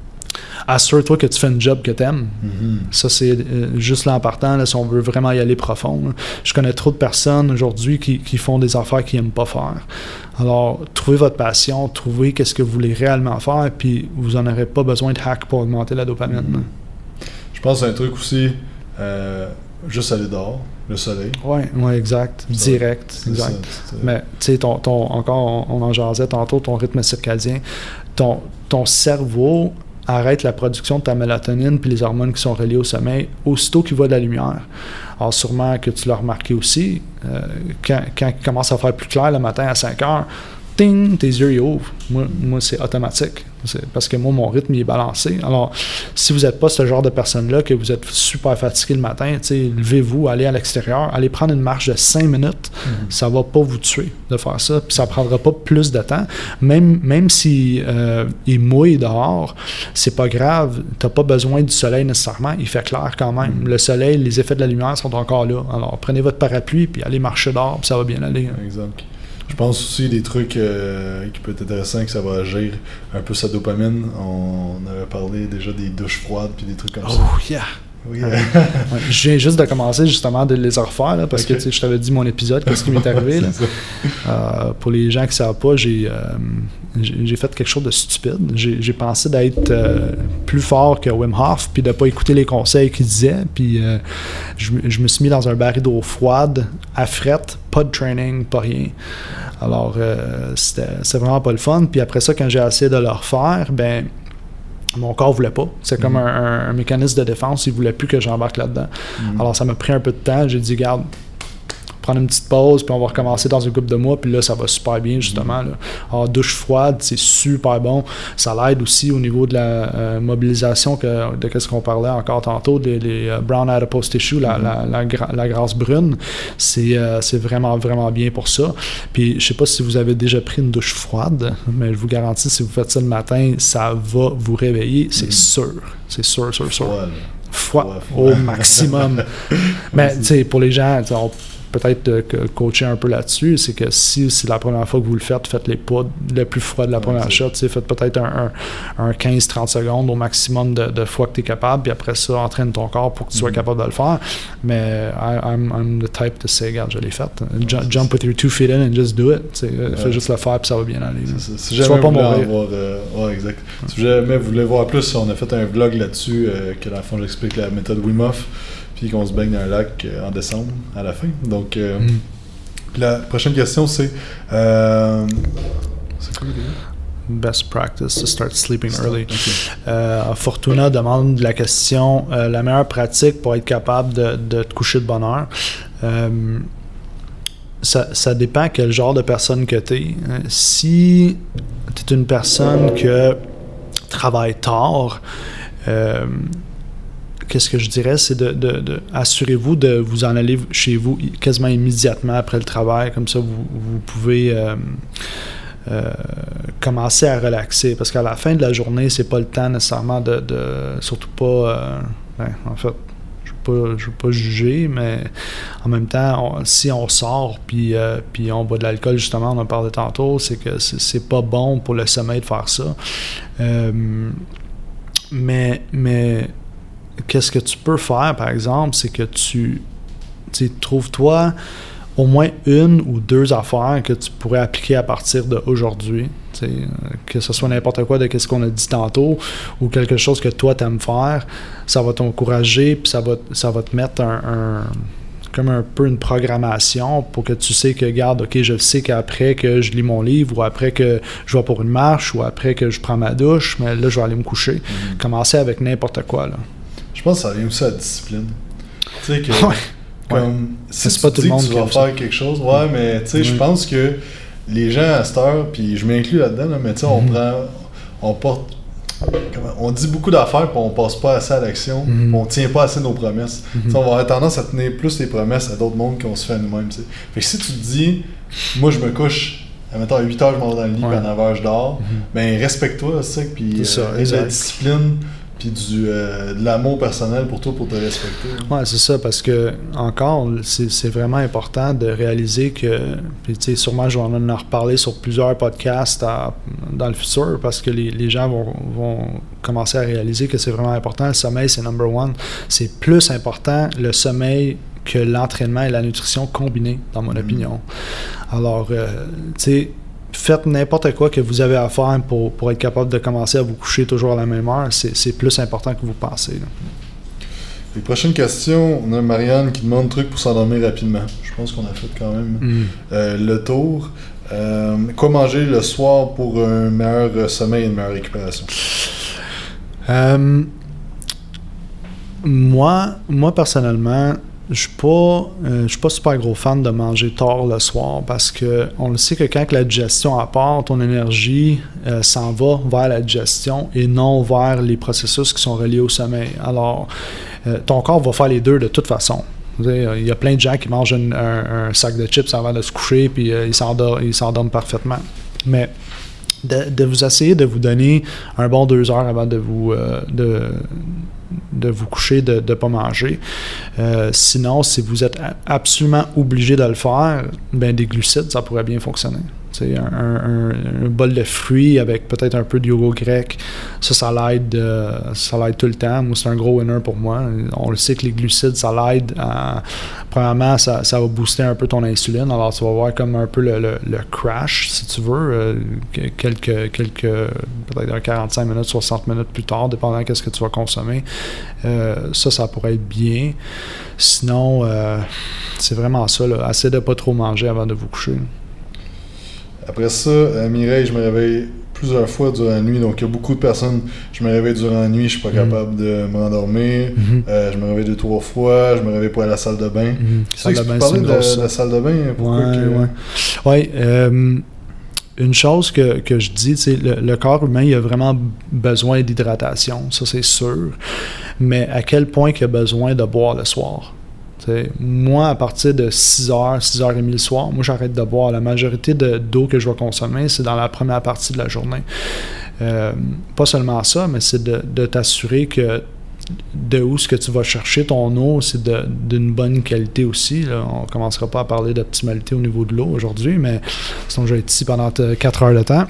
S2: assure-toi que tu fais une job que tu aimes. Mm-hmm. Ça, c'est euh, juste là en partant, là, si on veut vraiment y aller profond. Là. Je connais trop de personnes aujourd'hui qui, qui font des affaires qu'ils n'aiment pas faire. Alors, trouvez votre passion, trouvez qu'est-ce que vous voulez réellement faire, puis vous n'en aurez pas besoin de hack pour augmenter la dopamine.
S1: Mm-hmm. Je pense que c'est un truc aussi, euh, juste aller dehors, le soleil.
S2: Oui, ouais, exact. Ça, direct, exact. Ça, c'est... Mais, tu sais, ton, ton, encore, on, on en jasait tantôt, ton rythme circadien, ton, ton cerveau arrête la production de ta mélatonine puis les hormones qui sont reliées au sommeil aussitôt qu'il voit de la lumière. Alors sûrement que tu l'as remarqué aussi, euh, quand, quand il commence à faire plus clair le matin à cinq heures, ting, tes yeux ils ouvrent. Moi, moi c'est automatique. C'est parce que moi, mon rythme il est balancé. Alors, si vous n'êtes pas ce genre de personne-là, que vous êtes super fatigué le matin, levez-vous, allez à l'extérieur, allez prendre une marche de cinq minutes. Mm-hmm. Ça ne va pas vous tuer de faire ça. Puis ça ne prendra pas plus de temps. Même, même si euh, il mouille dehors, c'est pas grave. Tu n'as pas besoin du soleil nécessairement. Il fait clair quand même. Mm-hmm. Le soleil, les effets de la lumière sont encore là. Alors, prenez votre parapluie puis allez marcher dehors, puis ça va bien aller.
S1: Exact. Je pense aussi des trucs euh, qui peuvent être intéressants, que ça va agir un peu sa dopamine. On avait parlé déjà des douches froides puis des trucs comme
S2: oh,
S1: ça.
S2: Oh yeah! Oui, euh... ouais, je viens juste de commencer justement de les refaire là, parce okay. que je t'avais dit mon épisode, qu'est-ce qui m'est arrivé. Là. Euh, pour les gens qui ne savent pas, j'ai, euh, j'ai, j'ai fait quelque chose de stupide. J'ai, j'ai pensé d'être euh, plus fort que Wim Hof puis de ne pas écouter les conseils qu'il disait. Puis euh, je, je me suis mis dans un baril d'eau froide, à frette, pas de training, pas rien. Alors, euh, c'était, c'était vraiment pas le fun. Puis après ça, quand j'ai essayé de le refaire, ben mon corps voulait pas. C'est comme mm-hmm. un, un mécanisme de défense. Il voulait plus que j'embarque là-dedans. Mm-hmm. Alors, ça m'a pris un peu de temps. J'ai dit, garde, prendre une petite pause, puis on va recommencer dans une couple de mois, puis là, ça va super bien, justement. Là. Alors, douche froide, c'est super bon. Ça l'aide aussi au niveau de la euh, mobilisation que, de ce qu'on parlait encore tantôt, des les, uh, brown adipose tissue, la, mm-hmm. la, la, gra- la graisse brune. C'est, euh, c'est vraiment, vraiment bien pour ça. Puis, je sais pas si vous avez déjà pris une douche froide, mais je vous garantis, si vous faites ça le matin, ça va vous réveiller, c'est mm-hmm. sûr. C'est sûr, sûr, sûr. Froid, au maximum. Mais, tu sais, pour les gens, on peut-être euh, coacher un peu là-dessus, c'est que si c'est la première fois que vous le faites, faites les pas le plus froid de la première ouais, shot, faites peut-être un, un, un quinze à trente secondes au maximum de, de fois que tu es capable, puis après ça, entraîne ton corps pour que tu sois mm-hmm. capable de le faire. Mais I, I'm, I'm the type to say, regarde, je l'ai fait. J- ouais, jump with your two feet in and just do it. Ouais. Fais juste le faire, puis ça va bien aller.
S1: C'est ça. Si jamais vous voulez avoir, euh, ouais, exact. Ouais. Si jamais vous voulez voir plus, on a fait un vlog là-dessus, euh, que dans le fond, j'explique la méthode Wim Hof, puis qu'on se baigne dans un lac euh, en décembre, à la fin. Donc, euh, mm. la prochaine question, c'est... Euh, c'est quoi l'idée?
S2: Best practice to start sleeping start, early. Okay. Euh, Fortuna demande la question, euh, la meilleure pratique pour être capable de, de te coucher de bonne heure. Euh, ça, ça dépend quel genre de personne que tu es. Si tu es une personne qui travaille tard, euh, qu'est-ce que je dirais, c'est de, de, de assurez-vous de vous en aller chez vous quasiment immédiatement après le travail, comme ça vous, vous pouvez euh, euh, commencer à relaxer, parce qu'à la fin de la journée, c'est pas le temps nécessairement de, de surtout pas, euh, ben, en fait, je veux pas, je veux pas juger, mais en même temps, on, si on sort puis euh, puis on boit de l'alcool, justement, on en parlait tantôt, c'est que c'est, c'est pas bon pour le sommeil de faire ça. Euh, mais mais qu'est-ce que tu peux faire, par exemple, c'est que tu, tu trouves-toi au moins une ou deux affaires que tu pourrais appliquer à partir d'aujourd'hui. Euh, que ce soit n'importe quoi de ce qu'on a dit tantôt ou quelque chose que toi t'aimes faire, ça va t'encourager puis ça va, ça va te mettre un, un, comme un peu une programmation pour que tu sais que, regarde, ok, je sais qu'après que je lis mon livre ou après que je vais pour une marche ou après que je prends ma douche, mais là je vais aller me coucher. Mm-hmm. Commencer avec n'importe quoi, là.
S1: Je pense que ça vient aussi à la discipline. Tu sais que
S2: ouais.
S1: comme
S2: ouais.
S1: si
S2: c'est
S1: tu
S2: pas
S1: dis
S2: tout le monde
S1: que tu vas faire ça. quelque chose, ouais, mais tu sais, je pense que les gens à cette heure, puis je m'inclus là-dedans, là, mais tu sais, on
S2: mm-hmm.
S1: prend, on porte, comment, on dit beaucoup d'affaires, puis on passe pas assez à l'action,
S2: mm-hmm.
S1: puis on tient pas assez nos promesses. Mm-hmm. Tu sais, on va avoir tendance à tenir plus les promesses à d'autres mondes qu'on se fait à nous-mêmes, tu sais. Fait que si tu te dis, moi je me couche, admettons, à huit heures, je m'en vais dans le lit, ouais. puis à neuf heures, je dors, mm-hmm. ben respecte-toi, c'est ça, puis euh, la discipline, puis du, euh, de l'amour personnel pour toi, pour te respecter.
S2: Oui, c'est ça, parce que, encore, c'est, c'est vraiment important de réaliser que, puis tu sais, sûrement, je vais en reparler sur plusieurs podcasts à, dans le futur, parce que les, les gens vont, vont commencer à réaliser que c'est vraiment important. Le sommeil, c'est number one. C'est plus important, le sommeil, que l'entraînement et la nutrition combinés, dans mon mmh. opinion. Alors, euh, tu sais, faites n'importe quoi que vous avez à faire pour, pour être capable de commencer à vous coucher toujours à la même heure. C'est, c'est plus important que vous pensez. Là.
S1: Les prochaines questions, on a Marianne qui demande trucs pour s'endormir rapidement. Je pense qu'on a fait quand même mm. euh, le tour. Euh, quoi manger le soir pour un meilleur sommeil et une meilleure récupération?
S2: Euh, moi, moi, personnellement, je suis pas, euh, je suis pas super gros fan de manger tard le soir parce que on le sait que quand la digestion part, ton énergie euh, s'en va vers la digestion et non vers les processus qui sont reliés au sommeil. Alors, euh, ton corps va faire les deux de toute façon. Il y a plein de gens qui mangent un, un, un sac de chips avant de se coucher puis euh, ils, s'endorment, ils s'endorment parfaitement. Mais de, de vous essayer de vous donner un bon deux heures avant de vous euh, de, de vous coucher, de ne pas manger. Euh, sinon, si vous êtes absolument obligé de le faire, ben des glucides, ça pourrait bien fonctionner. Un, un, un bol de fruits avec peut-être un peu de yogourt grec, ça, ça l'aide, euh, ça l'aide tout le temps. Moi, c'est un gros winner pour moi. On le sait que les glucides, ça l'aide. À, premièrement, ça, ça va booster un peu ton insuline. Alors, tu vas voir comme un peu le, le, le crash, si tu veux, euh, quelques, quelques, peut-être quarante-cinq minutes, soixante minutes plus tard, dépendant de ce que tu vas consommer. Euh, ça, ça pourrait être bien. Sinon, euh, c'est vraiment ça. Là. Essayez de ne pas trop manger avant de vous coucher.
S1: Après ça, à Mireille, je me réveille plusieurs fois durant la nuit. Donc, il y a beaucoup de personnes, je me réveille durant la nuit, je suis pas mmh. capable de m'endormir. Mmh. Euh, je me réveille deux, trois fois, je me réveille pas à la salle de bain. Mmh. Tu sais, tu parlais de, de la salle de bain, pourquoi
S2: ouais,
S1: que...
S2: ouais. ouais euh, une chose que, que je dis, le, le corps humain, il a vraiment besoin d'hydratation, ça c'est sûr. Mais à quel point il a besoin de boire le soir? T'sais, moi, à partir de six heures, six heures trente le soir, moi, j'arrête de boire. La majorité de, d'eau que je vais consommer, c'est dans la première partie de la journée. Euh, pas seulement ça, mais c'est de, de t'assurer que de où ce que tu vas chercher ton eau, c'est de, d'une bonne qualité aussi. Là. On ne commencera pas à parler d'optimalité au niveau de l'eau aujourd'hui, mais sinon, je vais être ici pendant quatre heures de temps.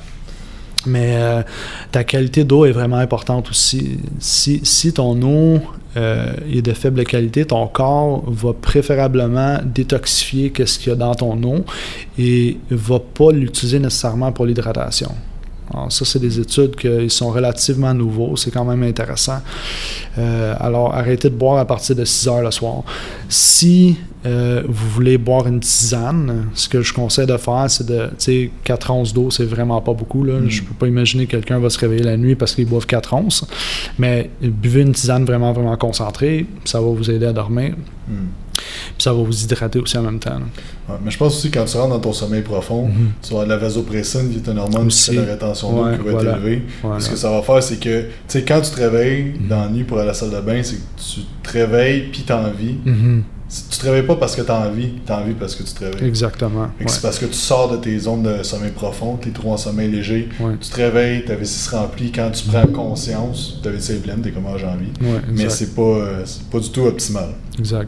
S2: Mais euh, ta qualité d'eau est vraiment importante aussi. Si, si ton eau euh, est de faible qualité, ton corps va préférablement détoxifier ce qu'il y a dans ton eau et ne va pas l'utiliser nécessairement pour l'hydratation. Alors ça, c'est des études qui sont relativement nouveaux. C'est quand même intéressant. Euh, alors, arrêtez de boire à partir de six heures le soir. Si euh, vous voulez boire une tisane, ce que je conseille de faire, c'est de, tu sais, quatre onces d'eau, c'est vraiment pas beaucoup. Là. Mm. Je peux pas imaginer que quelqu'un va se réveiller la nuit parce qu'il boive quatre onces. Mais buvez une tisane vraiment, vraiment concentrée. Ça va vous aider à dormir. Mm. Puis ça va vous hydrater aussi en même temps.
S1: Ouais, mais je pense aussi que quand tu rentres dans ton sommeil profond, mm-hmm. tu vas avoir de la vasopressine qui est une hormone qui fait la rétention d'eau ouais, qui va voilà. être élevée. Voilà. Ce que ça va faire, c'est que, tu sais, quand tu te réveilles mm-hmm. dans la nuit pour aller à la salle de bain, c'est que tu te réveilles puis tu as envie. Mm-hmm. Tu te réveilles pas parce que tu as envie, tu as envie parce que tu te réveilles.
S2: Exactement. Ouais.
S1: C'est parce que tu sors de tes zones de sommeil profond, tes trous en sommeil léger, ouais. tu te réveilles, ta vessie se remplit. Quand tu prends conscience, ta vessie est pleine, t'es comme ah, j'ai envie. Ouais, mais c'est pas, euh, c'est pas du tout optimal.
S2: Exact.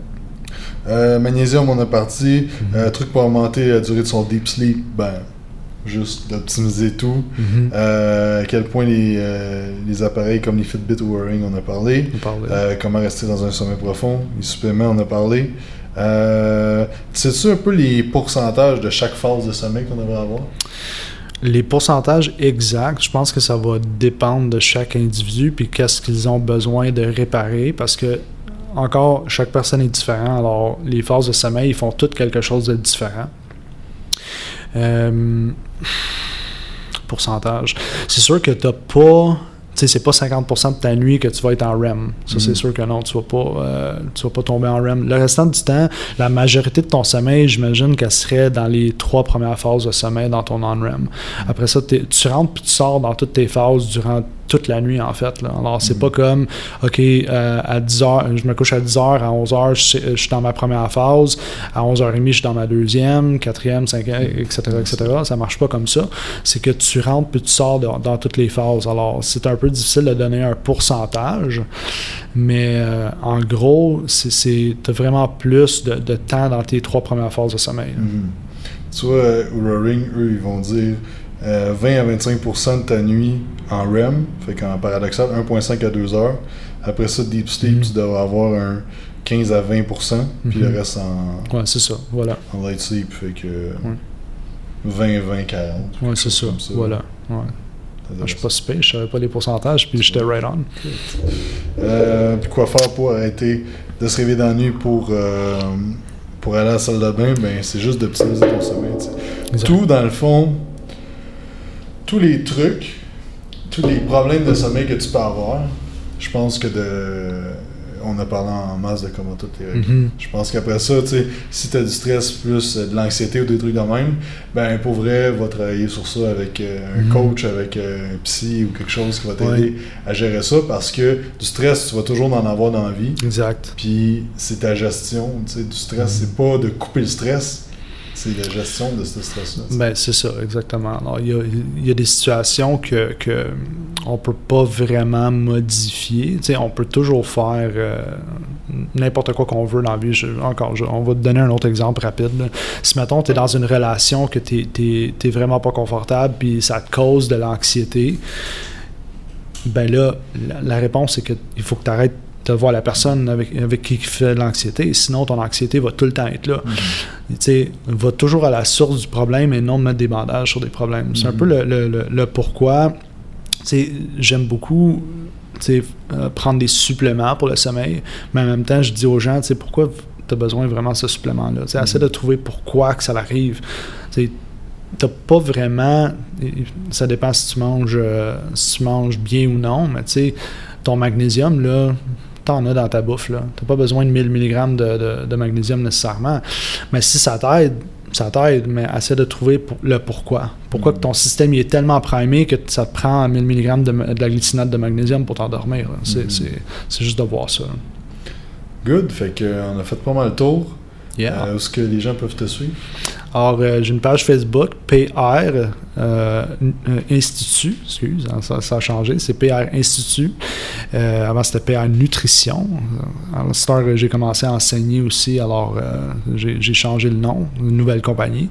S1: Euh, magnésium, on a parti. Mm-hmm. Euh, truc pour augmenter la durée de son deep sleep, ben, juste d'optimiser tout. Mm-hmm. Euh, à quel point les, euh, les appareils comme les Fitbit ou Oura Ring, on a parlé.
S2: On parlait.
S1: Euh, comment rester dans un sommeil profond. Les suppléments, on a parlé. Euh, sais-tu un peu les pourcentages de chaque phase de sommeil qu'on devrait avoir?
S2: Les pourcentages exacts, je pense que ça va dépendre de chaque individu puis qu'est-ce qu'ils ont besoin de réparer parce que, encore, chaque personne est différente. Alors, les phases de sommeil, ils font toutes quelque chose de différent. Euh, pourcentage. C'est sûr que tu n'as pas... Tu sais, c'est pas cinquante pour cent de ta nuit que tu vas être en R E M. Ça, mm-hmm. c'est sûr que non, tu vas pas, euh, tu vas pas tomber en R E M. Le restant du temps, la majorité de ton sommeil, j'imagine qu'elle serait dans les trois premières phases de sommeil dans ton non-R E M. Après ça, tu rentres puis tu sors dans toutes tes phases durant toute la nuit, en fait. Là. Alors, c'est mm-hmm. pas comme, OK, euh, à dix heures, je me couche à dix heures, à onze heures, je, je suis dans ma première phase, à onze heures trente, je suis dans ma deuxième, quatrième, cinquième, et cetera, et cetera. Ça marche pas comme ça. C'est que tu rentres puis tu sors de, dans toutes les phases. Alors, c'est un peu difficile de donner un pourcentage, mais euh, en gros, c'est, tu as vraiment plus de, de temps dans tes trois premières phases de sommeil.
S1: Mm-hmm. Tu vois, euh, Roaring, eux, ils vont dire euh, vingt à vingt-cinq pour cent de ta nuit en R E M, fait qu'en paradoxal, un virgule cinq à deux heures. Après ça, Deep Sleep, mm-hmm. tu devrais avoir un quinze à vingt pour cent, puis mm-hmm. le reste en...
S2: Ouais, c'est ça, voilà.
S1: En Light Sleep, fait que ouais. vingt, vingt, quarante.
S2: Ouais, c'est ça, ça, voilà. Ouais. Je suis pas si pire, je savais pas les pourcentages, puis j'étais right on.
S1: Euh, puis quoi faire pour arrêter de se réveiller dans la nuit pour, euh, pour aller à la salle de bain? Ben, c'est juste d'optimiser ton sommeil. Tout, dans le fond, tous les trucs, tous les problèmes de sommeil que tu peux avoir, je pense que de... On a parlé en masse de comment tout est réglé. Mm-hmm. Je pense qu'après ça, tu sais, si tu as du stress plus euh, de l'anxiété ou des trucs de même, ben pour vrai, va travailler sur ça avec euh, un mm-hmm. coach, avec euh, un psy ou quelque chose qui va t'aider ouais. à gérer ça parce que du stress, tu vas toujours en avoir dans la vie.
S2: Exact.
S1: Puis c'est ta gestion, tu sais, du stress, mm-hmm. c'est pas de couper le stress. C'est la gestion de ce stress-là.
S2: Ben, c'est ça, exactement. Alors, il y a, il y a des situations que, que on peut pas vraiment modifier. Tu sais, on peut toujours faire euh, n'importe quoi qu'on veut dans la vie. Je, encore, je, on va te donner un autre exemple rapide. Là. Si, mettons, tu es dans une relation que tu n'es vraiment pas confortable puis ça te cause de l'anxiété, ben là, la, la réponse, c'est qu'il faut que tu arrêtes de voir la personne avec, avec qui tu fais de l'anxiété, sinon ton anxiété va tout le temps être là. Mm-hmm. Tu sais, va toujours à la source du problème et non de mettre des bandages sur des problèmes. Mm-hmm. C'est un peu le, le, le, le pourquoi. Tu sais, j'aime beaucoup tu sais, euh, prendre des suppléments pour le sommeil, mais en même temps, je dis aux gens, tu sais, pourquoi tu as besoin vraiment de ce supplément-là? Tu sais, mm-hmm. essaie de trouver pourquoi que ça arrive. Tu sais, t'as pas vraiment... Ça dépend si tu manges, euh, si tu manges bien ou non, mais tu sais, ton magnésium, là, t'en as dans ta bouffe, là. T'as pas besoin de mille milligrammes de, de, de magnésium nécessairement. Mais si ça t'aide, ça t'aide, mais essaie de trouver pour, le pourquoi. Pourquoi mm-hmm. que ton système il est tellement primé que ça te prend mille milligrammes de, de la glycinate de magnésium pour t'endormir. C'est, mm-hmm. c'est, c'est juste de voir ça.
S1: Good. Fait qu'on a fait pas mal le tour.
S2: Yeah.
S1: Euh, où est-ce que les gens peuvent te suivre?
S2: Alors, euh, j'ai une page Facebook, P R euh, Institut, excuse, ça, ça a changé, c'est P R Institut. Euh, avant, c'était P R Nutrition. À l'instant, j'ai commencé à enseigner aussi, alors euh, j'ai, j'ai changé le nom, une nouvelle compagnie.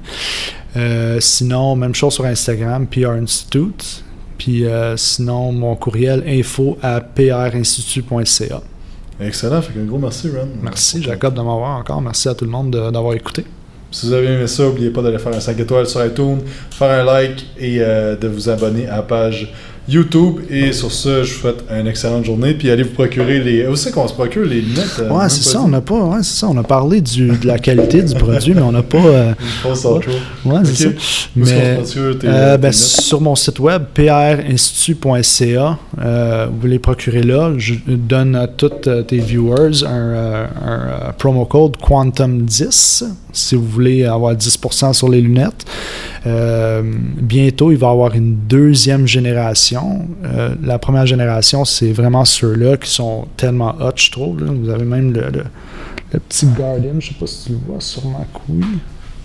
S2: Euh, sinon, même chose sur Instagram, P R Institute. Puis euh, sinon, mon courriel, info à p r institut point c a.
S1: Excellent, fait un gros merci, Ron.
S2: Merci, Jacob, de m'avoir encore. Merci à tout le monde de, d'avoir écouté.
S1: Si vous avez aimé ça, n'oubliez pas d'aller faire un cinq étoiles sur iTunes, faire un like et euh, de vous abonner à la page YouTube. Et sur ce, je vous souhaite une excellente journée. Puis allez vous procurer les... Où c'est qu'on se procure les lunettes? Euh,
S2: ouais, c'est ça, on n'a pas... Ouais, c'est ça, on a parlé du, de la qualité du produit, mais on n'a pas... Euh,
S1: je pense ouais,
S2: ouais, c'est okay. ça. Mais, tes, euh, ben, sur mon site web, p r institut point c a, euh, vous les procurez là. Je donne à tous tes viewers un, un, un, un promo code Quantum dix si vous voulez avoir dix pour cent sur les lunettes. Euh, bientôt, il va y avoir une deuxième génération. Euh, la première génération, c'est vraiment ceux-là qui sont tellement hot, je trouve. Là. Vous avez même le, le, le petit Guardian, je ne sais pas si tu le vois sur ma couille.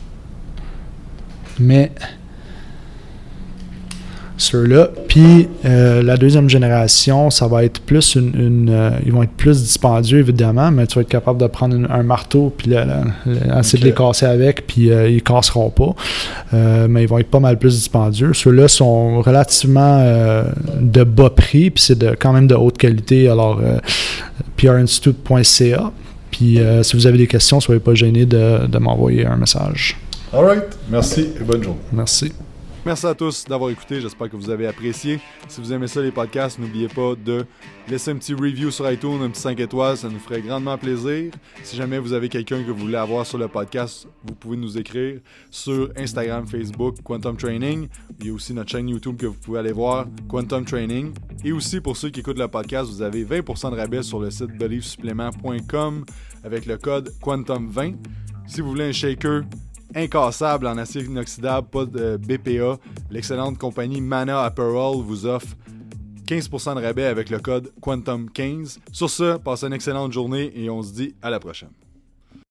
S2: Mais ceux-là. Puis euh, la deuxième génération, ça va être plus une... une euh, ils vont être plus dispendieux, évidemment, mais tu vas être capable de prendre une, un marteau puis le, le, le, essayer okay. de les casser avec, puis euh, ils ne casseront pas. Euh, mais ils vont être pas mal plus dispendieux. Ceux-là sont relativement euh, de bas prix, puis c'est de, quand même de haute qualité. Alors, euh, p r institute point c a. Puis euh, si vous avez des questions, soyez pas gênés de, de m'envoyer un message.
S1: All right. Merci et bonne journée.
S2: Merci.
S1: Merci à tous d'avoir écouté, j'espère que vous avez apprécié. Si vous aimez ça les podcasts, n'oubliez pas de laisser un petit review sur iTunes, un petit cinq étoiles, ça nous ferait grandement plaisir. Si jamais vous avez quelqu'un que vous voulez avoir sur le podcast, vous pouvez nous écrire sur Instagram, Facebook, Quantum Training. Il y a aussi notre chaîne YouTube que vous pouvez aller voir, Quantum Training. Et aussi pour ceux qui écoutent le podcast, vous avez vingt pour cent de rabais sur le site believe supplement point com avec le code Quantum vingt. Si vous voulez un shaker incassable en acier inoxydable, pas de B P A, l'excellente compagnie Mana Apparel vous offre quinze pour cent de rabais avec le code Quantum quinze. Sur ce, passez une excellente journée et on se dit à la prochaine.